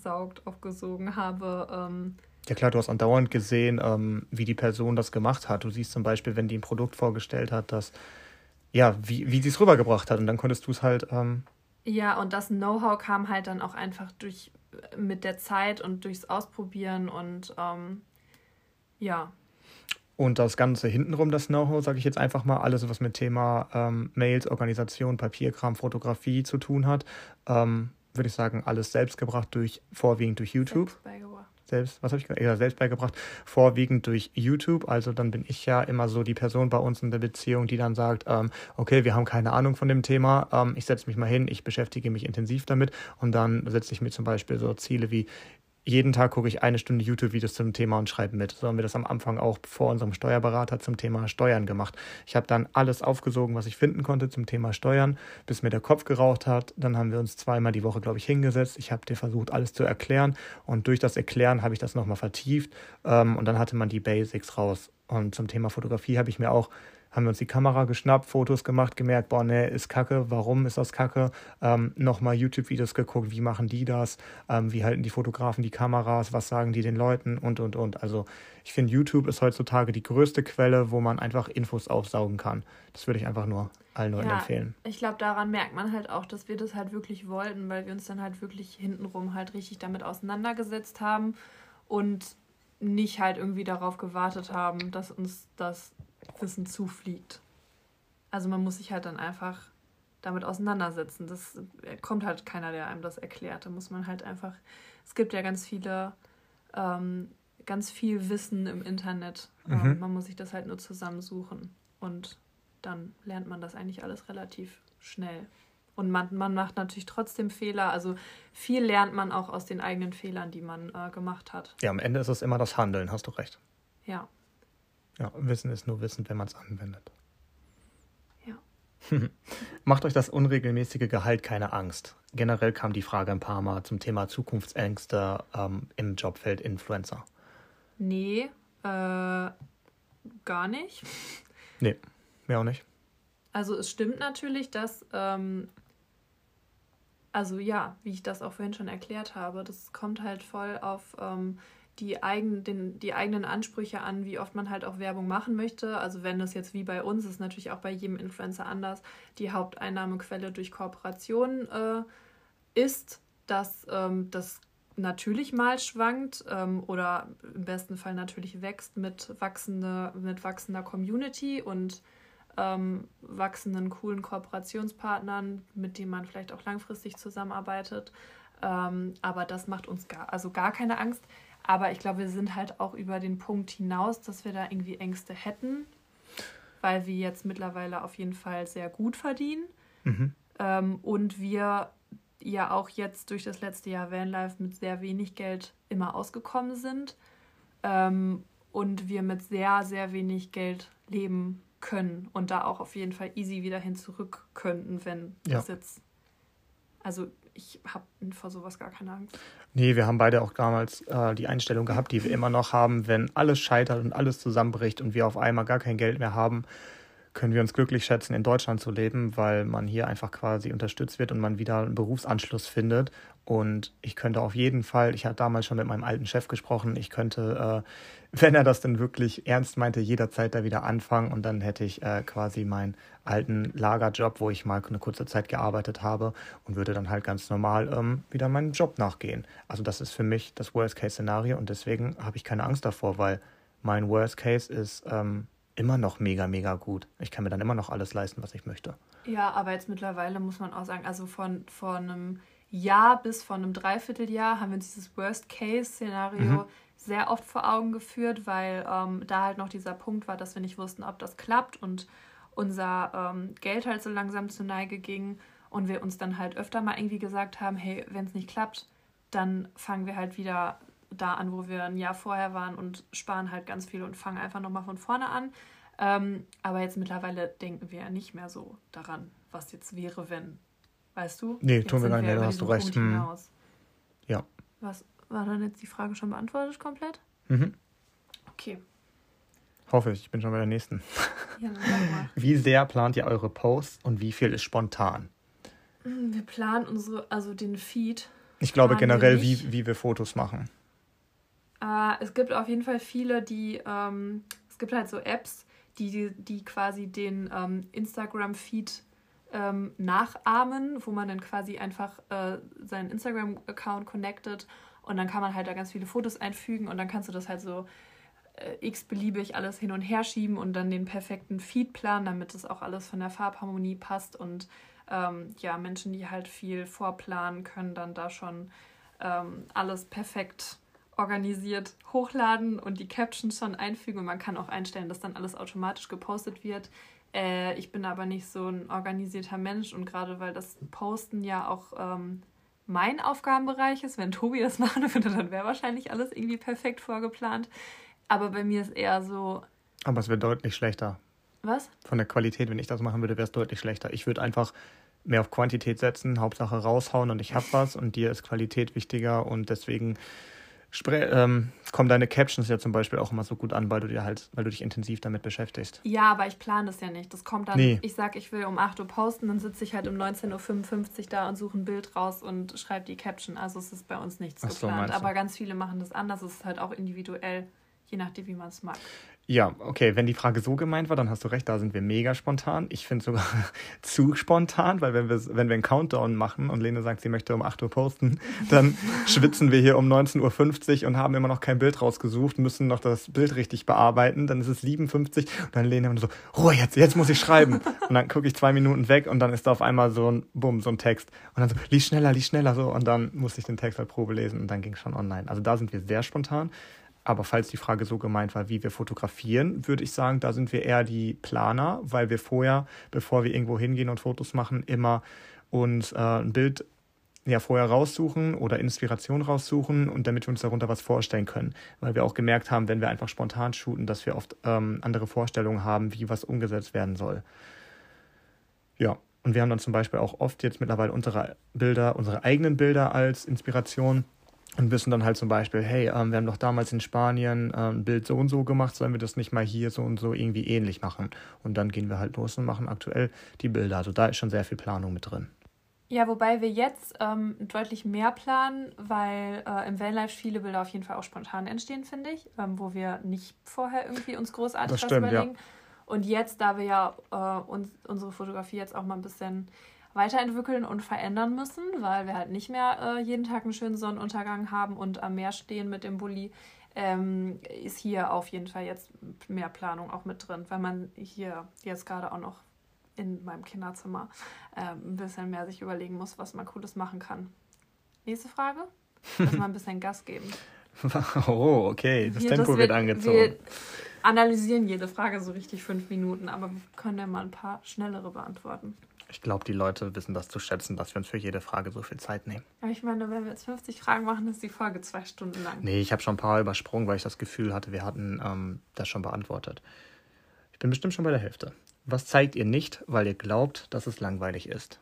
[SPEAKER 1] habe.
[SPEAKER 2] Ja klar, du hast andauernd gesehen, wie die Person das gemacht hat. Du siehst zum Beispiel, wenn die ein Produkt vorgestellt hat, dass, ja, wie sie es rübergebracht hat, und dann konntest du es halt...
[SPEAKER 1] Ja, und das Know-how kam halt dann auch einfach mit der Zeit und durchs Ausprobieren und ja.
[SPEAKER 2] Und das Ganze hintenrum, das Know-how, sage ich jetzt einfach mal, alles, was mit Thema Mails, Organisation, Papierkram, Fotografie zu tun hat, würde ich sagen, alles selbst gebracht, vorwiegend durch YouTube. Selbst beigebracht. Selbst beigebracht, vorwiegend durch YouTube. Also dann bin ich ja immer so die Person bei uns in der Beziehung, die dann sagt, okay, wir haben keine Ahnung von dem Thema, ich setze mich mal hin, ich beschäftige mich intensiv damit, und dann setze ich mir zum Beispiel so Ziele wie, jeden Tag gucke ich 1 Stunde YouTube-Videos zum Thema und schreibe mit. So haben wir das am Anfang auch vor unserem Steuerberater zum Thema Steuern gemacht. Ich habe dann alles aufgesogen, was ich finden konnte zum Thema Steuern, bis mir der Kopf geraucht hat. Dann haben wir uns 2-mal die Woche, glaube ich, hingesetzt. Ich habe dir versucht, alles zu erklären, und durch das Erklären habe ich das nochmal vertieft, und dann hatte man die Basics raus. Und zum Thema Fotografie haben wir uns die Kamera geschnappt, Fotos gemacht, gemerkt, boah, ne, ist kacke, warum ist das kacke? Nochmal YouTube-Videos geguckt, wie machen die das? Wie halten die Fotografen die Kameras? Was sagen die den Leuten? Und. Also ich finde, YouTube ist heutzutage die größte Quelle, wo man einfach Infos aufsaugen kann. Das würde ich einfach nur allen Leuten empfehlen.
[SPEAKER 1] Ich glaube, daran merkt man halt auch, dass wir das halt wirklich wollten, weil wir uns dann halt wirklich hintenrum halt richtig damit auseinandergesetzt haben und nicht halt irgendwie darauf gewartet haben, dass uns das Wissen zufliegt. Also man muss sich halt dann einfach damit auseinandersetzen. Das kommt halt keiner, der einem das erklärt. Da muss man halt einfach, es gibt ja ganz viel Wissen im Internet. Man muss sich das halt nur zusammensuchen und dann lernt man das eigentlich alles relativ schnell. Und man macht natürlich trotzdem Fehler. Also viel lernt man auch aus den eigenen Fehlern, die man gemacht hat.
[SPEAKER 2] Ja, am Ende ist es immer das Handeln, hast du recht.
[SPEAKER 1] Ja.
[SPEAKER 2] Ja, Wissen ist nur Wissen, wenn man es anwendet.
[SPEAKER 1] Ja.
[SPEAKER 2] Macht euch das unregelmäßige Gehalt keine Angst? Generell kam die Frage ein paar Mal zum Thema Zukunftsängste im Jobfeld Influencer.
[SPEAKER 1] Nee, gar nicht.
[SPEAKER 2] Nee, mir auch nicht.
[SPEAKER 1] Also es stimmt natürlich, dass, wie ich das auch vorhin schon erklärt habe, das kommt halt voll auf die eigenen Ansprüche an, wie oft man halt auch Werbung machen möchte. Also wenn das jetzt wie bei uns ist, natürlich auch bei jedem Influencer anders, die Haupteinnahmequelle durch Kooperationen ist, dass das natürlich mal schwankt oder im besten Fall natürlich wächst mit wachsender Community und wachsenden, coolen Kooperationspartnern, mit denen man vielleicht auch langfristig zusammenarbeitet. Aber das macht uns gar keine Angst. Aber ich glaube, wir sind halt auch über den Punkt hinaus, dass wir da irgendwie Ängste hätten, weil wir jetzt mittlerweile auf jeden Fall sehr gut verdienen. Und wir ja auch jetzt durch das letzte Jahr Vanlife mit sehr wenig Geld immer ausgekommen sind. Und wir mit sehr, sehr wenig Geld leben können und da auch auf jeden Fall easy wieder hin zurück könnten, wenn das jetzt... Also ich habe vor sowas gar keine Angst.
[SPEAKER 2] Nee, wir haben beide auch damals die Einstellung gehabt, die wir immer noch haben, wenn alles scheitert und alles zusammenbricht und wir auf einmal gar kein Geld mehr haben, können wir uns glücklich schätzen, in Deutschland zu leben, weil man hier einfach quasi unterstützt wird und man wieder einen Berufsanschluss findet. Und ich könnte auf jeden Fall, ich hatte damals schon mit meinem alten Chef gesprochen, ich könnte, wenn er das denn wirklich ernst meinte, jederzeit da wieder anfangen und dann hätte ich quasi meinen alten Lagerjob, wo ich mal eine kurze Zeit gearbeitet habe und würde dann halt ganz normal wieder meinem Job nachgehen. Also das ist für mich das Worst-Case-Szenario und deswegen habe ich keine Angst davor, weil mein Worst-Case ist immer noch mega, mega gut. Ich kann mir dann immer noch alles leisten, was ich möchte.
[SPEAKER 1] Ja, aber jetzt mittlerweile muss man auch sagen, also von einem Jahr bis von einem Dreivierteljahr haben wir uns dieses Worst-Case-Szenario sehr oft vor Augen geführt, weil da halt noch dieser Punkt war, dass wir nicht wussten, ob das klappt und unser Geld halt so langsam zur Neige ging und wir uns dann halt öfter mal irgendwie gesagt haben, hey, wenn es nicht klappt, dann fangen wir halt wieder da an, wo wir ein Jahr vorher waren und sparen halt ganz viel und fangen einfach nochmal von vorne an. Aber jetzt mittlerweile denken wir ja nicht mehr so daran, was jetzt wäre, wenn. Weißt du?
[SPEAKER 2] Nee, tun wir gar nicht mehr, da hast du recht.
[SPEAKER 1] Ja. Was war dann jetzt die Frage schon beantwortet komplett? Okay.
[SPEAKER 2] Hoffe ich bin schon bei der nächsten.
[SPEAKER 1] Ja, dann sag mal.
[SPEAKER 2] Wie sehr plant ihr eure Posts und wie viel ist spontan?
[SPEAKER 1] Wir planen den Feed.
[SPEAKER 2] Ich glaube generell, wie wir Fotos machen.
[SPEAKER 1] Es gibt auf jeden Fall viele, die, es gibt halt so Apps, die quasi den Instagram-Feed nachahmen, wo man dann quasi einfach seinen Instagram-Account connectet und dann kann man halt da ganz viele Fotos einfügen und dann kannst du das halt so x-beliebig alles hin und her schieben und dann den perfekten Feed planen, damit das auch alles von der Farbharmonie passt und Menschen, die halt viel vorplanen, können dann da schon alles perfekt organisiert hochladen und die Captions schon einfügen und man kann auch einstellen, dass dann alles automatisch gepostet wird. Ich bin aber nicht so ein organisierter Mensch und gerade weil das Posten ja auch mein Aufgabenbereich ist, wenn Tobi das machen würde, dann wäre wahrscheinlich alles irgendwie perfekt vorgeplant. Aber bei mir ist eher so...
[SPEAKER 2] Aber es wäre deutlich schlechter.
[SPEAKER 1] Was?
[SPEAKER 2] Von der Qualität, wenn ich das machen würde, wäre es deutlich schlechter. Ich würde einfach mehr auf Quantität setzen, Hauptsache raushauen und ich habe was und dir ist Qualität wichtiger und deswegen kommen deine Captions ja zum Beispiel auch immer so gut an, weil du dich intensiv damit beschäftigst.
[SPEAKER 1] Ja, aber ich plane das ja nicht. Das kommt dann, Ich sag, ich will um 8 Uhr posten, dann sitze ich halt um 19.55 Uhr da und suche ein Bild raus und schreibe die Caption. Also es ist bei uns nichts geplant. Aber ganz viele machen das anders. Es ist halt auch individuell, je nachdem, wie man es mag.
[SPEAKER 2] Ja, okay, wenn die Frage so gemeint war, dann hast du recht, da sind wir mega spontan. Ich finde sogar zu spontan, weil wenn wir einen Countdown machen und Lene sagt, sie möchte um 8 Uhr posten, dann schwitzen wir hier um 19.50 Uhr und haben immer noch kein Bild rausgesucht, müssen noch das Bild richtig bearbeiten, dann ist es 57 und dann Lene so, Ruhe jetzt muss ich schreiben. Und dann gucke ich 2 Minuten weg und dann ist da auf einmal so ein Text. Und dann so, lies schneller so und dann musste ich den Text halt Probe lesen und dann ging es schon online. Also da sind wir sehr spontan. Aber falls die Frage so gemeint war, wie wir fotografieren, würde ich sagen, da sind wir eher die Planer, weil wir vorher, bevor wir irgendwo hingehen und Fotos machen, immer uns ein Bild vorher raussuchen oder Inspiration raussuchen und damit wir uns darunter was vorstellen können. Weil wir auch gemerkt haben, wenn wir einfach spontan shooten, dass wir oft andere Vorstellungen haben, wie was umgesetzt werden soll. Ja, und wir haben dann zum Beispiel auch oft jetzt mittlerweile unsere eigenen Bilder als Inspiration. Und wissen dann halt zum Beispiel, hey, wir haben doch damals in Spanien ein Bild so und so gemacht, sollen wir das nicht mal hier so und so irgendwie ähnlich machen? Und dann gehen wir halt los und machen aktuell die Bilder. Also da ist schon sehr viel Planung mit drin.
[SPEAKER 1] Ja, wobei wir jetzt deutlich mehr planen, weil im Vanlife viele Bilder auf jeden Fall auch spontan entstehen, finde ich, wo wir nicht vorher irgendwie uns großartig was überlegen. Ja. Und jetzt, da wir ja unsere Fotografie jetzt auch mal ein bisschen weiterentwickeln und verändern müssen, weil wir halt nicht mehr jeden Tag einen schönen Sonnenuntergang haben und am Meer stehen mit dem Bulli, ist hier auf jeden Fall jetzt mehr Planung auch mit drin, weil man hier jetzt gerade auch noch in meinem Kinderzimmer ein bisschen mehr sich überlegen muss, was man Cooles machen kann. Nächste Frage? Lass mal ein bisschen Gas geben.
[SPEAKER 2] Oh, okay, das Tempo wird angezogen.
[SPEAKER 1] analysieren jede Frage so richtig 5 Minuten, aber wir können ja mal ein paar schnellere beantworten.
[SPEAKER 2] Ich glaube, die Leute wissen das zu schätzen, dass wir uns für jede Frage so viel Zeit nehmen.
[SPEAKER 1] Aber ich meine, wenn wir jetzt 50 Fragen machen, ist die Folge 2 Stunden lang.
[SPEAKER 2] Nee, ich habe schon ein paar übersprungen, weil ich das Gefühl hatte, wir hatten das schon beantwortet. Ich bin bestimmt schon bei der Hälfte. Was zeigt ihr nicht, weil ihr glaubt, dass es langweilig ist?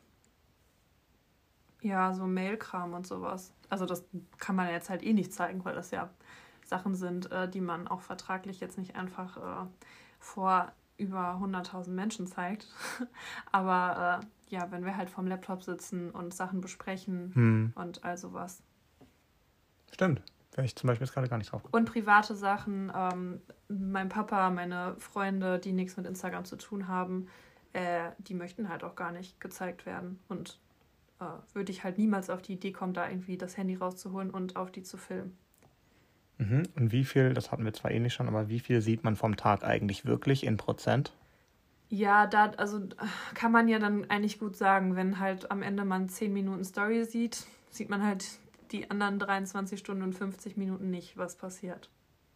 [SPEAKER 1] Ja, so Mailkram und sowas. Also das kann man jetzt halt eh nicht zeigen, weil das ja Sachen sind, die man auch vertraglich jetzt nicht einfach vor über 100.000 Menschen zeigt. Aber ja, wenn wir halt vorm Laptop sitzen und Sachen besprechen und all sowas.
[SPEAKER 2] Stimmt. Wäre ich zum Beispiel jetzt gerade gar nicht drauf gekommen.
[SPEAKER 1] Und private Sachen. Mein Papa, meine Freunde, die nichts mit Instagram zu tun haben, die möchten halt auch gar nicht gezeigt werden. Und würde ich halt niemals auf die Idee kommen, da irgendwie das Handy rauszuholen und auf die zu filmen.
[SPEAKER 2] Und wie viel, das hatten wir zwar ähnlich schon, aber wie viel sieht man vom Tag eigentlich wirklich in Prozent?
[SPEAKER 1] Ja, also kann man ja dann eigentlich gut sagen, wenn halt am Ende man 10 Minuten Story sieht, sieht man halt die anderen 23 Stunden und 50 Minuten nicht, was passiert.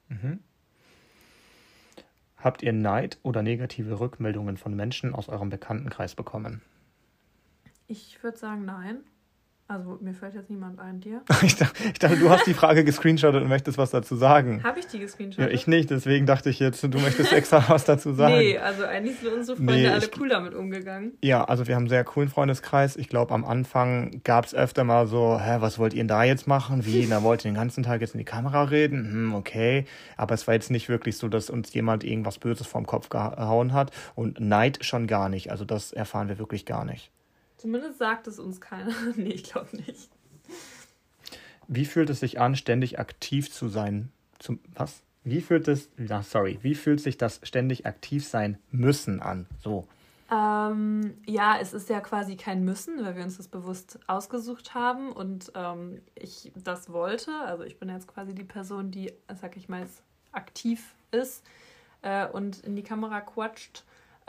[SPEAKER 2] Habt ihr Neid oder negative Rückmeldungen von Menschen aus eurem Bekanntenkreis bekommen?
[SPEAKER 1] Ich würde sagen, nein. Also mir fällt jetzt niemand ein, dir?
[SPEAKER 2] Ich dachte, du hast die Frage gescreenshottet und möchtest was dazu sagen.
[SPEAKER 1] Habe ich die gescreenshottet?
[SPEAKER 2] Ja, ich nicht, deswegen dachte ich jetzt, du möchtest extra was dazu sagen.
[SPEAKER 1] Nee, also eigentlich sind unsere Freunde alle cool damit umgegangen.
[SPEAKER 2] Ja, also wir haben einen sehr coolen Freundeskreis. Ich glaube, am Anfang gab es öfter mal so, was wollt ihr denn da jetzt machen? Wie, da wollt ihr den ganzen Tag jetzt in die Kamera reden? Okay. Aber es war jetzt nicht wirklich so, dass uns jemand irgendwas Böses vorm Kopf gehauen hat. Und Neid schon gar nicht. Also das erfahren wir wirklich gar nicht.
[SPEAKER 1] Zumindest sagt es uns keiner. Nee, ich glaube nicht.
[SPEAKER 2] Wie fühlt es sich an, ständig aktiv zu sein? Was? Wie fühlt sich das ständig aktiv sein müssen an? So.
[SPEAKER 1] Ja, es ist ja quasi kein Müssen, weil wir uns das bewusst ausgesucht haben und ich das wollte. Also ich bin jetzt quasi die Person, die, sag ich mal, jetzt aktiv ist und in die Kamera quatscht.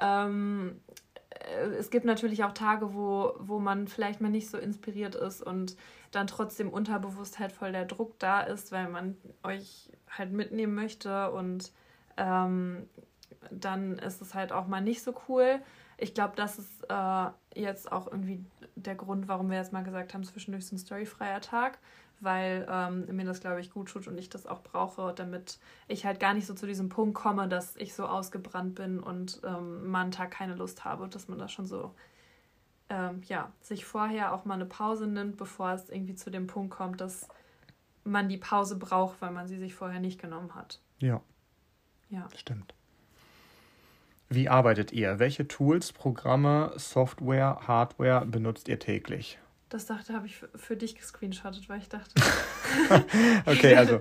[SPEAKER 1] Es gibt natürlich auch Tage, wo man vielleicht mal nicht so inspiriert ist und dann trotzdem unterbewusst halt voll der Druck da ist, weil man euch halt mitnehmen möchte und dann ist es halt auch mal nicht so cool. Ich glaube, das ist jetzt auch irgendwie der Grund, warum wir jetzt mal gesagt haben, zwischendurch ist ein storyfreier Tag, weil mir das, glaube ich, gut tut und ich das auch brauche, damit ich halt gar nicht so zu diesem Punkt komme, dass ich so ausgebrannt bin und mal einen Tag keine Lust habe, dass man das schon so sich vorher auch mal eine Pause nimmt, bevor es irgendwie zu dem Punkt kommt, dass man die Pause braucht, weil man sie sich vorher nicht genommen hat.
[SPEAKER 2] Ja. Stimmt. Wie arbeitet ihr? Welche Tools, Programme, Software, Hardware benutzt ihr täglich?
[SPEAKER 1] Das habe ich für dich gescreenshottet, weil ich dachte...
[SPEAKER 2] Okay, also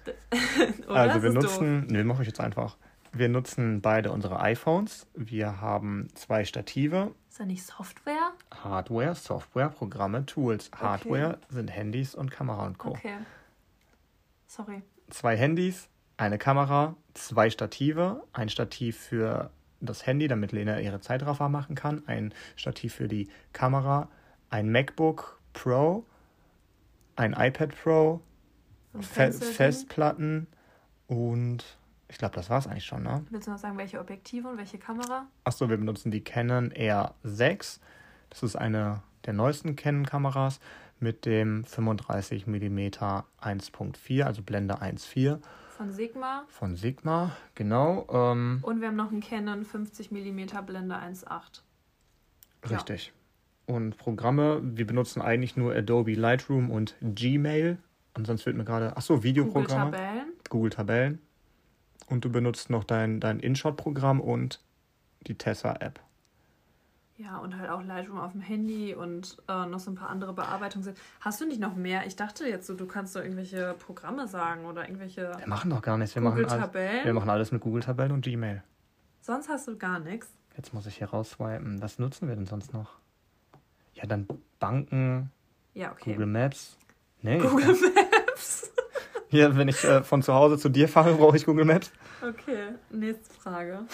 [SPEAKER 2] wir nutzen... Nee, mache ich jetzt einfach. Wir nutzen beide unsere iPhones. Wir haben 2 Stative.
[SPEAKER 1] Ist das nicht Software?
[SPEAKER 2] Hardware, Software, Programme, Tools. Hardware sind Handys und Kamera und Co.
[SPEAKER 1] Okay. Sorry.
[SPEAKER 2] 2 Handys, eine Kamera, 2 Stative. Ein Stativ für das Handy, damit Lena ihre Zeitraffer machen kann. Ein Stativ für die Kamera. Ein MacBook Pro. Ein iPad Pro. Festplatten und... Ich glaube, das war es eigentlich schon, ne?
[SPEAKER 1] Willst du noch sagen, welche Objektive und welche Kamera?
[SPEAKER 2] Achso, wir benutzen die Canon R6. Das ist eine der neuesten Canon-Kameras mit dem 35 mm 1.4, also Blende 1.4. Von Sigma, genau.
[SPEAKER 1] Und wir haben noch einen Canon 50 mm Blende 1.8.
[SPEAKER 2] Richtig. Ja. Und Programme, wir benutzen eigentlich nur Adobe Lightroom und Gmail. Und sonst wird mir gerade... Achso, Videoprogramme. Google Tabellen. Und du benutzt noch dein InShot-Programm und die Tessa-App.
[SPEAKER 1] Ja, und halt auch Lightroom auf dem Handy und noch so ein paar andere Bearbeitungen. Hast du nicht noch mehr? Ich dachte jetzt so, du kannst so irgendwelche Programme sagen oder irgendwelche...
[SPEAKER 2] Wir machen doch gar nichts. Wir machen alles mit Google Tabellen und Gmail.
[SPEAKER 1] Sonst hast du gar nichts?
[SPEAKER 2] Jetzt muss ich hier rausswipen. Was nutzen wir denn sonst noch? Ja, dann Banken,
[SPEAKER 1] ja, okay.
[SPEAKER 2] Google Maps. Nee,
[SPEAKER 1] Google Maps?
[SPEAKER 2] Hier, wenn ich von zu Hause zu dir fahre, brauche ich Google Maps.
[SPEAKER 1] Okay, nächste Frage.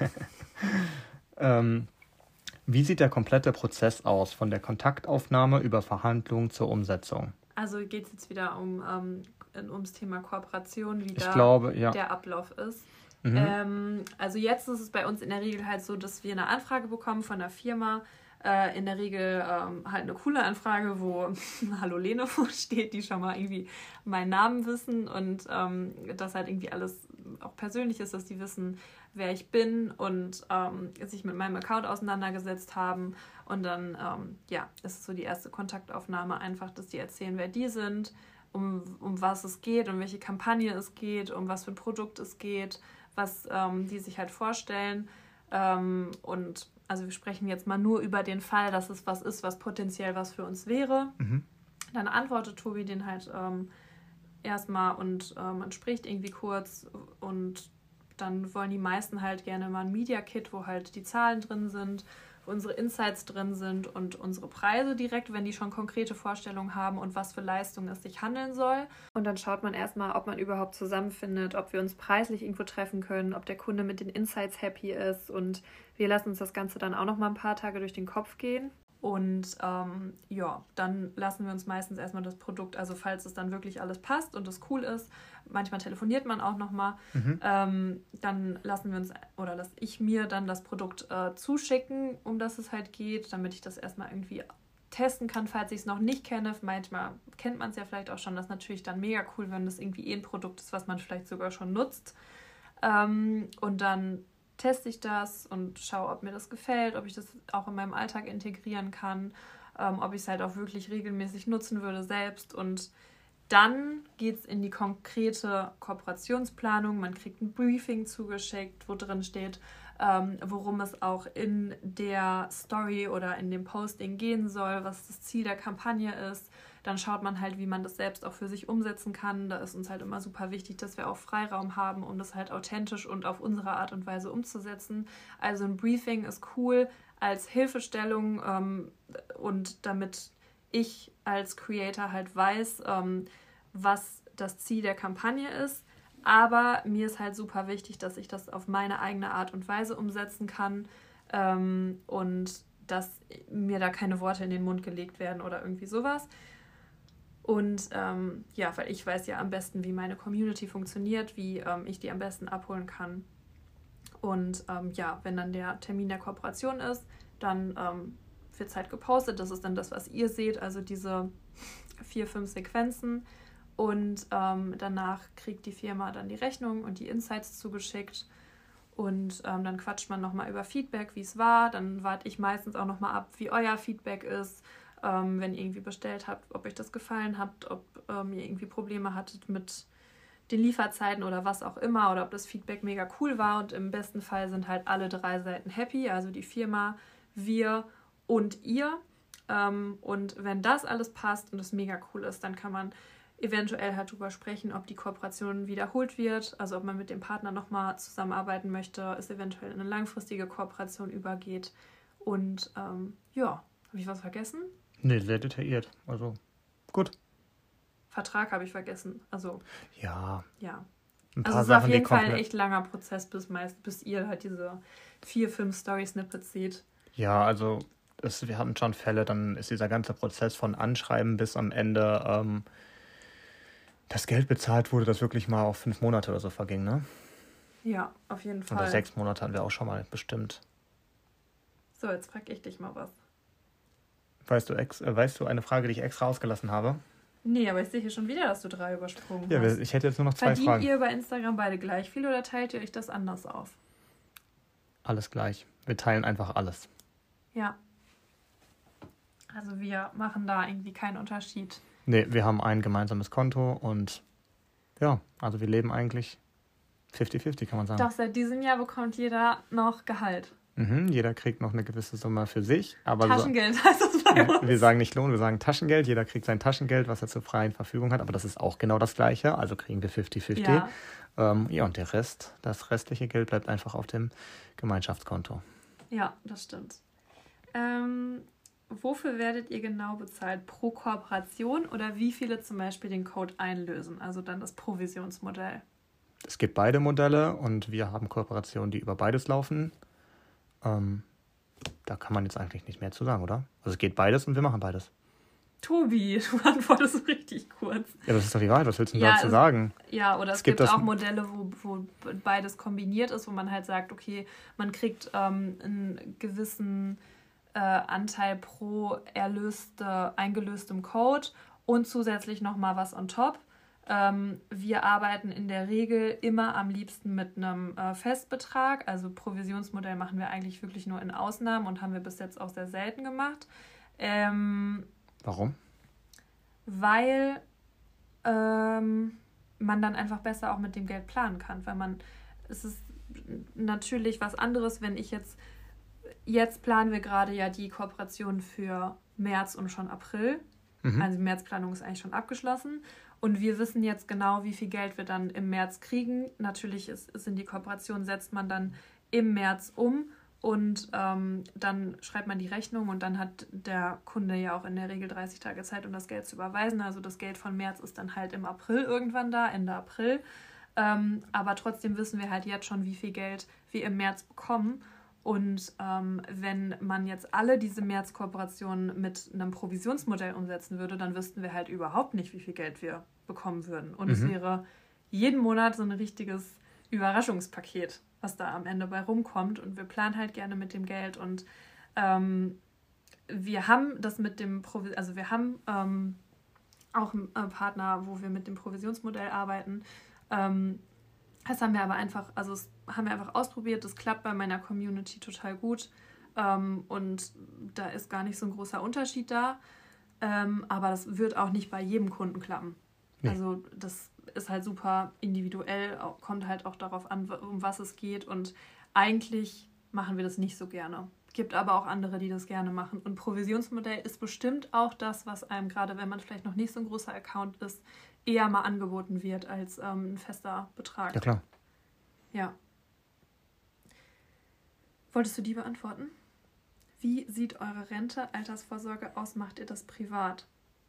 [SPEAKER 2] Wie sieht der komplette Prozess aus, von der Kontaktaufnahme über Verhandlung zur Umsetzung?
[SPEAKER 1] Also geht es jetzt wieder ums Thema Kooperation, wie der Ablauf ist? Also jetzt ist es bei uns in der Regel halt so, dass wir eine Anfrage bekommen von der Firma. In der Regel halt eine coole Anfrage, wo Hallo Lene steht, die schon mal irgendwie meinen Namen wissen und das halt irgendwie alles auch persönlich ist, dass die wissen, wer ich bin und sich mit meinem Account auseinandergesetzt haben. Und dann, ist es so die erste Kontaktaufnahme einfach, dass die erzählen, wer die sind, um was es geht, um welche Kampagne es geht, um was für ein Produkt es geht, was die sich halt vorstellen. Und also wir sprechen jetzt mal nur über den Fall, dass es was ist, was potenziell was für uns wäre. Dann antwortet Tobi den halt erstmal und man spricht irgendwie kurz und dann wollen die meisten halt gerne mal ein Media Kit, wo halt die Zahlen drin sind, wo unsere Insights drin sind und unsere Preise direkt, wenn die schon konkrete Vorstellungen haben und was für Leistungen es sich handeln soll. Und dann schaut man erstmal, ob man überhaupt zusammenfindet, ob wir uns preislich irgendwo treffen können, ob der Kunde mit den Insights happy ist und wir lassen uns das Ganze dann auch noch mal ein paar Tage durch den Kopf gehen. Und dann lassen wir uns meistens erstmal das Produkt, also falls es dann wirklich alles passt und es cool ist, manchmal telefoniert man auch nochmal, dann lassen wir uns oder lasse ich mir dann das Produkt zuschicken, um das es halt geht, damit ich das erstmal irgendwie testen kann, falls ich es noch nicht kenne. Manchmal kennt man es ja vielleicht auch schon, das ist natürlich dann mega cool, wenn das irgendwie ein Produkt ist, was man vielleicht sogar schon nutzt. Und dann teste ich das und schaue, ob mir das gefällt, ob ich das auch in meinem Alltag integrieren kann, ob ich es halt auch wirklich regelmäßig nutzen würde selbst. Und dann geht es in die konkrete Kooperationsplanung. Man kriegt ein Briefing zugeschickt, wo drin steht, worum es auch in der Story oder in dem Posting gehen soll, was das Ziel der Kampagne ist. Dann schaut man halt, wie man das selbst auch für sich umsetzen kann. Da ist uns halt immer super wichtig, dass wir auch Freiraum haben, um das halt authentisch und auf unsere Art und Weise umzusetzen. Also ein Briefing ist cool als Hilfestellung und damit ich als Creator halt weiß, was das Ziel der Kampagne ist. Aber mir ist halt super wichtig, dass ich das auf meine eigene Art und Weise umsetzen kann und dass mir da keine Worte in den Mund gelegt werden oder irgendwie sowas. Und weil ich weiß ja am besten, wie meine Community funktioniert, wie ich die am besten abholen kann. Und wenn dann der Termin der Kooperation ist, dann wird es halt gepostet. Das ist dann das, was ihr seht, also diese 4-5 Sequenzen. Und danach kriegt die Firma dann die Rechnung und die Insights zugeschickt. Und dann quatscht man nochmal über Feedback, wie es war. Dann warte ich meistens auch nochmal ab, wie euer Feedback ist. Wenn ihr irgendwie bestellt habt, ob euch das gefallen hat, ob ihr irgendwie Probleme hattet mit den Lieferzeiten oder was auch immer oder ob das Feedback mega cool war und im besten Fall sind halt alle 3 Seiten happy, also die Firma, wir und ihr. Und wenn das alles passt und es mega cool ist, dann kann man eventuell halt drüber sprechen, ob die Kooperation wiederholt wird, also ob man mit dem Partner nochmal zusammenarbeiten möchte, es eventuell in eine langfristige Kooperation übergeht. Und habe ich was vergessen?
[SPEAKER 2] Nee, sehr detailliert. Also, gut.
[SPEAKER 1] Vertrag habe ich vergessen. Also.
[SPEAKER 2] Ja.
[SPEAKER 1] Ein paar also es ist auf jeden Fall ein echt langer Prozess, bis ihr halt diese 4-5 Story-Snippets seht.
[SPEAKER 2] Ja, also wir hatten schon Fälle, dann ist dieser ganze Prozess von Anschreiben bis am Ende das Geld bezahlt wurde, das wirklich mal auf 5 Monate oder so verging, ne?
[SPEAKER 1] Ja, auf jeden Fall.
[SPEAKER 2] Oder 6 Monate hatten wir auch schon mal bestimmt.
[SPEAKER 1] So, jetzt frage ich dich mal was.
[SPEAKER 2] Weißt du eine Frage, die ich extra ausgelassen habe?
[SPEAKER 1] Nee, aber ich sehe hier schon wieder, dass du 3 übersprungen
[SPEAKER 2] hast. Ja, ich hätte jetzt nur noch 2 Fragen.
[SPEAKER 1] Verdient ihr bei Instagram beide gleich viel oder teilt ihr euch das anders auf?
[SPEAKER 2] Alles gleich. Wir teilen einfach alles.
[SPEAKER 1] Ja. Also wir machen da irgendwie keinen Unterschied.
[SPEAKER 2] Nee, wir haben ein gemeinsames Konto und ja, also wir leben eigentlich 50-50, kann man sagen.
[SPEAKER 1] Doch seit diesem Jahr bekommt jeder noch Gehalt.
[SPEAKER 2] Jeder kriegt noch eine gewisse Summe für sich. Aber
[SPEAKER 1] Taschengeld heißt das bei uns.
[SPEAKER 2] Wir sagen nicht Lohn, wir sagen Taschengeld. Jeder kriegt sein Taschengeld, was er zur freien Verfügung hat. Aber das ist auch genau das Gleiche. Also kriegen wir 50-50. Ja. Und das restliche Geld bleibt einfach auf dem Gemeinschaftskonto.
[SPEAKER 1] Ja, das stimmt. Wofür werdet ihr genau bezahlt? Pro Kooperation oder wie viele zum Beispiel den Code einlösen? Also dann das Provisionsmodell.
[SPEAKER 2] Es gibt beide Modelle und wir haben Kooperationen, die über beides laufen. Da kann man jetzt eigentlich nicht mehr zu sagen, oder? Also es geht beides und wir machen beides.
[SPEAKER 1] Tobi, du antwortest so richtig kurz.
[SPEAKER 2] Ja, das ist doch die Wahrheit. Was willst du denn dazu sagen?
[SPEAKER 1] Ja, oder es gibt auch Modelle, wo beides kombiniert ist, wo man halt sagt, okay, man kriegt einen gewissen Anteil pro eingelöstem Code und zusätzlich nochmal was on top. Wir arbeiten in der Regel immer am liebsten mit einem Festbetrag. Also Provisionsmodell machen wir eigentlich wirklich nur in Ausnahmen und haben wir bis jetzt auch sehr selten gemacht.
[SPEAKER 2] Warum?
[SPEAKER 1] Weil man dann einfach besser auch mit dem Geld planen kann. Weil es ist natürlich was anderes, wenn ich jetzt planen wir gerade ja die Kooperation für März und schon April. Also die Märzplanung ist eigentlich schon abgeschlossen. Und wir wissen jetzt genau, wie viel Geld wir dann im März kriegen. Natürlich sind die Kooperationen, setzt man dann im März um. Und dann schreibt man die Rechnung und dann hat der Kunde ja auch in der Regel 30 Tage Zeit, um das Geld zu überweisen. Also das Geld von März ist dann halt im April irgendwann da, Ende April. Aber trotzdem wissen wir halt jetzt schon, wie viel Geld wir im März bekommen. Und wenn man jetzt alle diese März-Kooperationen mit einem Provisionsmodell umsetzen würde, dann wüssten wir halt überhaupt nicht, wie viel Geld wir bekommen würden. Und es wäre jeden Monat so ein richtiges Überraschungspaket, was da am Ende bei rumkommt. Und wir planen halt gerne mit dem Geld. Und wir haben das mit dem wir haben auch einen Partner, wo wir mit dem Provisionsmodell arbeiten. Das haben wir aber einfach ausprobiert. Das klappt bei meiner Community total gut. Und da ist gar nicht so ein großer Unterschied da. Aber das wird auch nicht bei jedem Kunden klappen. Nee. Also das ist halt super individuell, kommt halt auch darauf an, um was es geht. Und eigentlich machen wir das nicht so gerne. Gibt aber auch andere, die das gerne machen. Und Provisionsmodell ist bestimmt auch das, was einem, gerade wenn man vielleicht noch nicht so ein großer Account ist, eher mal angeboten wird als ein fester Betrag.
[SPEAKER 2] Ja, klar.
[SPEAKER 1] Ja. Wolltest du die beantworten? Wie sieht eure Rente, Altersvorsorge aus? Macht ihr das privat?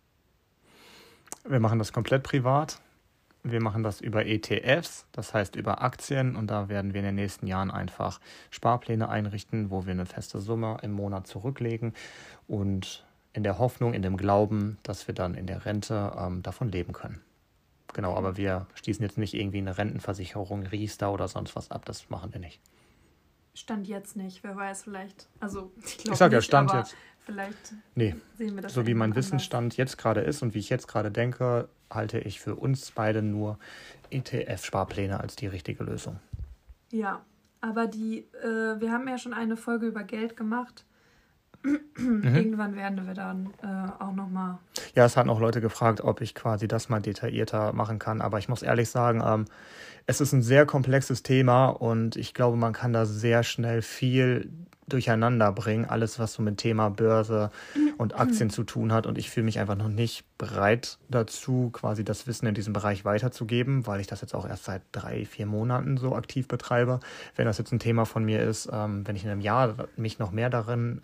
[SPEAKER 2] Wir machen das komplett privat. Wir machen das über ETFs, das heißt über Aktien. Und da werden wir in den nächsten Jahren einfach Sparpläne einrichten, wo wir eine feste Summe im Monat zurücklegen. Und in der Hoffnung, in dem Glauben, dass wir dann in der Rente davon leben können. Genau, aber wir schließen jetzt nicht irgendwie eine Rentenversicherung, Riester oder sonst was ab. Das machen wir nicht.
[SPEAKER 1] Stand jetzt nicht, wer weiß, vielleicht. Also
[SPEAKER 2] ich sage ja, Stand jetzt.
[SPEAKER 1] Vielleicht
[SPEAKER 2] sehen
[SPEAKER 1] wir das.
[SPEAKER 2] So wie mein Wissensstand jetzt gerade ist und wie ich jetzt gerade denke, halte ich für uns beide nur ETF-Sparpläne als die richtige Lösung.
[SPEAKER 1] Ja, aber wir haben ja schon eine Folge über Geld gemacht. Irgendwann werden wir dann auch nochmal...
[SPEAKER 2] Ja, es hatten auch Leute gefragt, ob ich quasi das mal detaillierter machen kann. Aber ich muss ehrlich sagen, es ist ein sehr komplexes Thema und ich glaube, man kann da sehr schnell viel durcheinander bringen. Alles, was so mit Thema Börse und Aktien zu tun hat. Und ich fühle mich einfach noch nicht bereit dazu, quasi das Wissen in diesem Bereich weiterzugeben, weil ich das jetzt auch erst seit 3-4 Monaten so aktiv betreibe. Wenn das jetzt ein Thema von mir ist, wenn ich in einem Jahr mich noch mehr darin...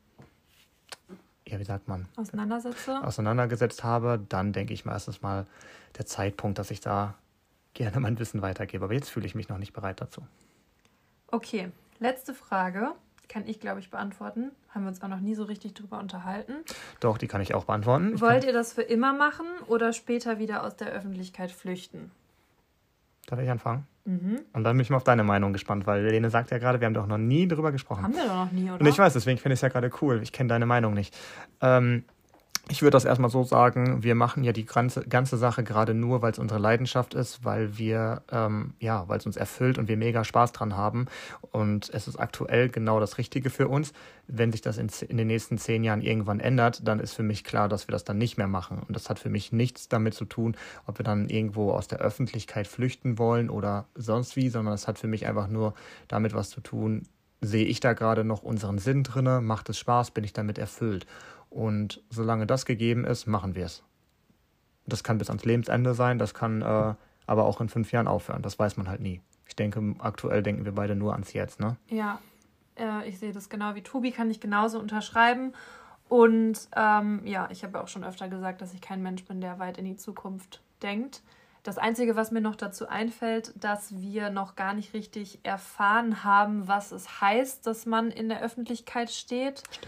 [SPEAKER 2] auseinandergesetzt habe, dann denke ich mal, ist es mal der Zeitpunkt, dass ich da gerne mein Wissen weitergebe. Aber jetzt fühle ich mich noch nicht bereit dazu.
[SPEAKER 1] Okay, letzte Frage. Kann ich, glaube ich, beantworten. Haben wir uns auch noch nie so richtig drüber unterhalten.
[SPEAKER 2] Doch, die kann ich auch beantworten.
[SPEAKER 1] Wollt ihr das für immer machen oder später wieder aus der Öffentlichkeit flüchten?
[SPEAKER 2] Darf ich anfangen? Und dann bin ich mal auf deine Meinung gespannt, weil Lene sagt ja gerade, wir haben doch noch nie drüber gesprochen.
[SPEAKER 1] Haben wir doch noch nie, oder?
[SPEAKER 2] Und ich weiß, deswegen finde ich es ja gerade cool. Ich kenne deine Meinung nicht. Ich würde das erstmal so sagen, wir machen ja die ganze Sache gerade nur, weil es unsere Leidenschaft ist, weil weil es uns erfüllt und wir mega Spaß dran haben. Und es ist aktuell genau das Richtige für uns. Wenn sich das in den nächsten 10 Jahren irgendwann ändert, dann ist für mich klar, dass wir das dann nicht mehr machen. Und das hat für mich nichts damit zu tun, ob wir dann irgendwo aus der Öffentlichkeit flüchten wollen oder sonst wie, sondern es hat für mich einfach nur damit was zu tun, sehe ich da gerade noch unseren Sinn drinne, macht es Spaß, bin ich damit erfüllt. Und solange das gegeben ist, machen wir es. Das kann bis ans Lebensende sein, das kann aber auch in 5 Jahren aufhören. Das weiß man halt nie. Ich denke, aktuell denken wir beide nur ans Jetzt, ne?
[SPEAKER 1] Ja, ich sehe das genau wie Tobi, kann ich genauso unterschreiben. Und ich habe ja auch schon öfter gesagt, dass ich kein Mensch bin, der weit in die Zukunft denkt. Das Einzige, was mir noch dazu einfällt, dass wir noch gar nicht richtig erfahren haben, was es heißt, dass man in der Öffentlichkeit steht.
[SPEAKER 2] Stimmt.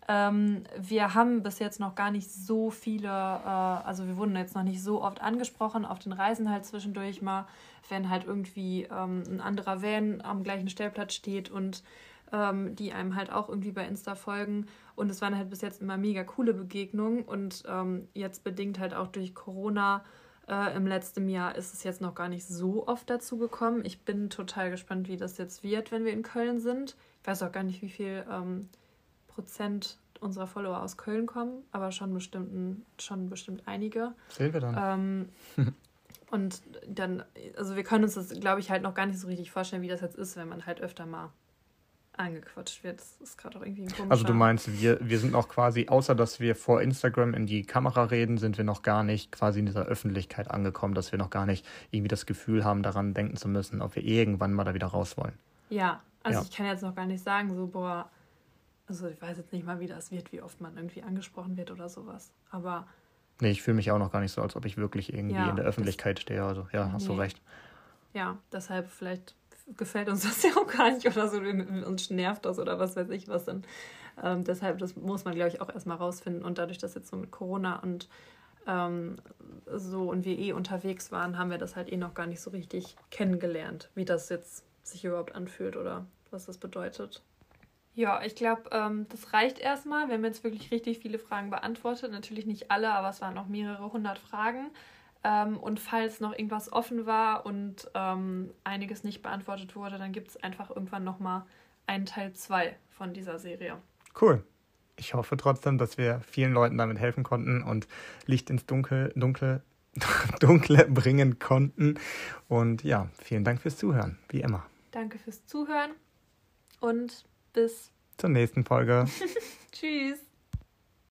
[SPEAKER 1] Wir haben bis jetzt noch gar nicht so viele, also wir wurden jetzt noch nicht so oft angesprochen, auf den Reisen halt zwischendurch mal, wenn halt irgendwie ein anderer Van am gleichen Stellplatz steht und die einem halt auch irgendwie bei Insta folgen. Und es waren halt bis jetzt immer mega coole Begegnungen und jetzt bedingt halt auch durch Corona im letzten Jahr ist es jetzt noch gar nicht so oft dazu gekommen. Ich bin total gespannt, wie das jetzt wird, wenn wir in Köln sind. Ich weiß auch gar nicht, wie viel Prozent unserer Follower aus Köln kommen, aber schon bestimmt einige.
[SPEAKER 2] Sehen wir dann.
[SPEAKER 1] Und dann, also wir können uns das, glaube ich, halt noch gar nicht so richtig vorstellen, wie das jetzt ist, wenn man halt öfter mal angequatscht wird. Das ist gerade auch irgendwie ein komischer...
[SPEAKER 2] Also du meinst, wir sind noch quasi, außer dass wir vor Instagram in die Kamera reden, sind wir noch gar nicht quasi in dieser Öffentlichkeit angekommen, dass wir noch gar nicht irgendwie das Gefühl haben, daran denken zu müssen, ob wir irgendwann mal da wieder raus wollen.
[SPEAKER 1] Ja, also ich kann jetzt noch gar nicht sagen, so, boah, also ich weiß jetzt nicht mal, wie das wird, wie oft man irgendwie angesprochen wird oder sowas, aber...
[SPEAKER 2] Nee, ich fühle mich auch noch gar nicht so, als ob ich wirklich irgendwie in der Öffentlichkeit stehe, also ja, hast du recht.
[SPEAKER 1] Ja, deshalb vielleicht gefällt uns das ja auch gar nicht oder so, uns nervt das oder was weiß ich was denn. Deshalb, das muss man, glaube ich, auch erstmal rausfinden und dadurch, dass jetzt so mit Corona und so und wir unterwegs waren, haben wir das halt noch gar nicht so richtig kennengelernt, wie das jetzt sich überhaupt anfühlt oder was das bedeutet. Ja, ich glaube, das reicht erstmal. Wir haben jetzt wirklich richtig viele Fragen beantwortet. Natürlich nicht alle, aber es waren noch mehrere hundert Fragen. Und falls noch irgendwas offen war und einiges nicht beantwortet wurde, dann gibt es einfach irgendwann nochmal einen Teil 2 von dieser Serie.
[SPEAKER 2] Cool. Ich hoffe trotzdem, dass wir vielen Leuten damit helfen konnten und Licht ins Dunkle bringen konnten. Und ja, vielen Dank fürs Zuhören, wie immer.
[SPEAKER 1] Danke fürs Zuhören und bis
[SPEAKER 2] zur nächsten Folge.
[SPEAKER 1] Tschüss.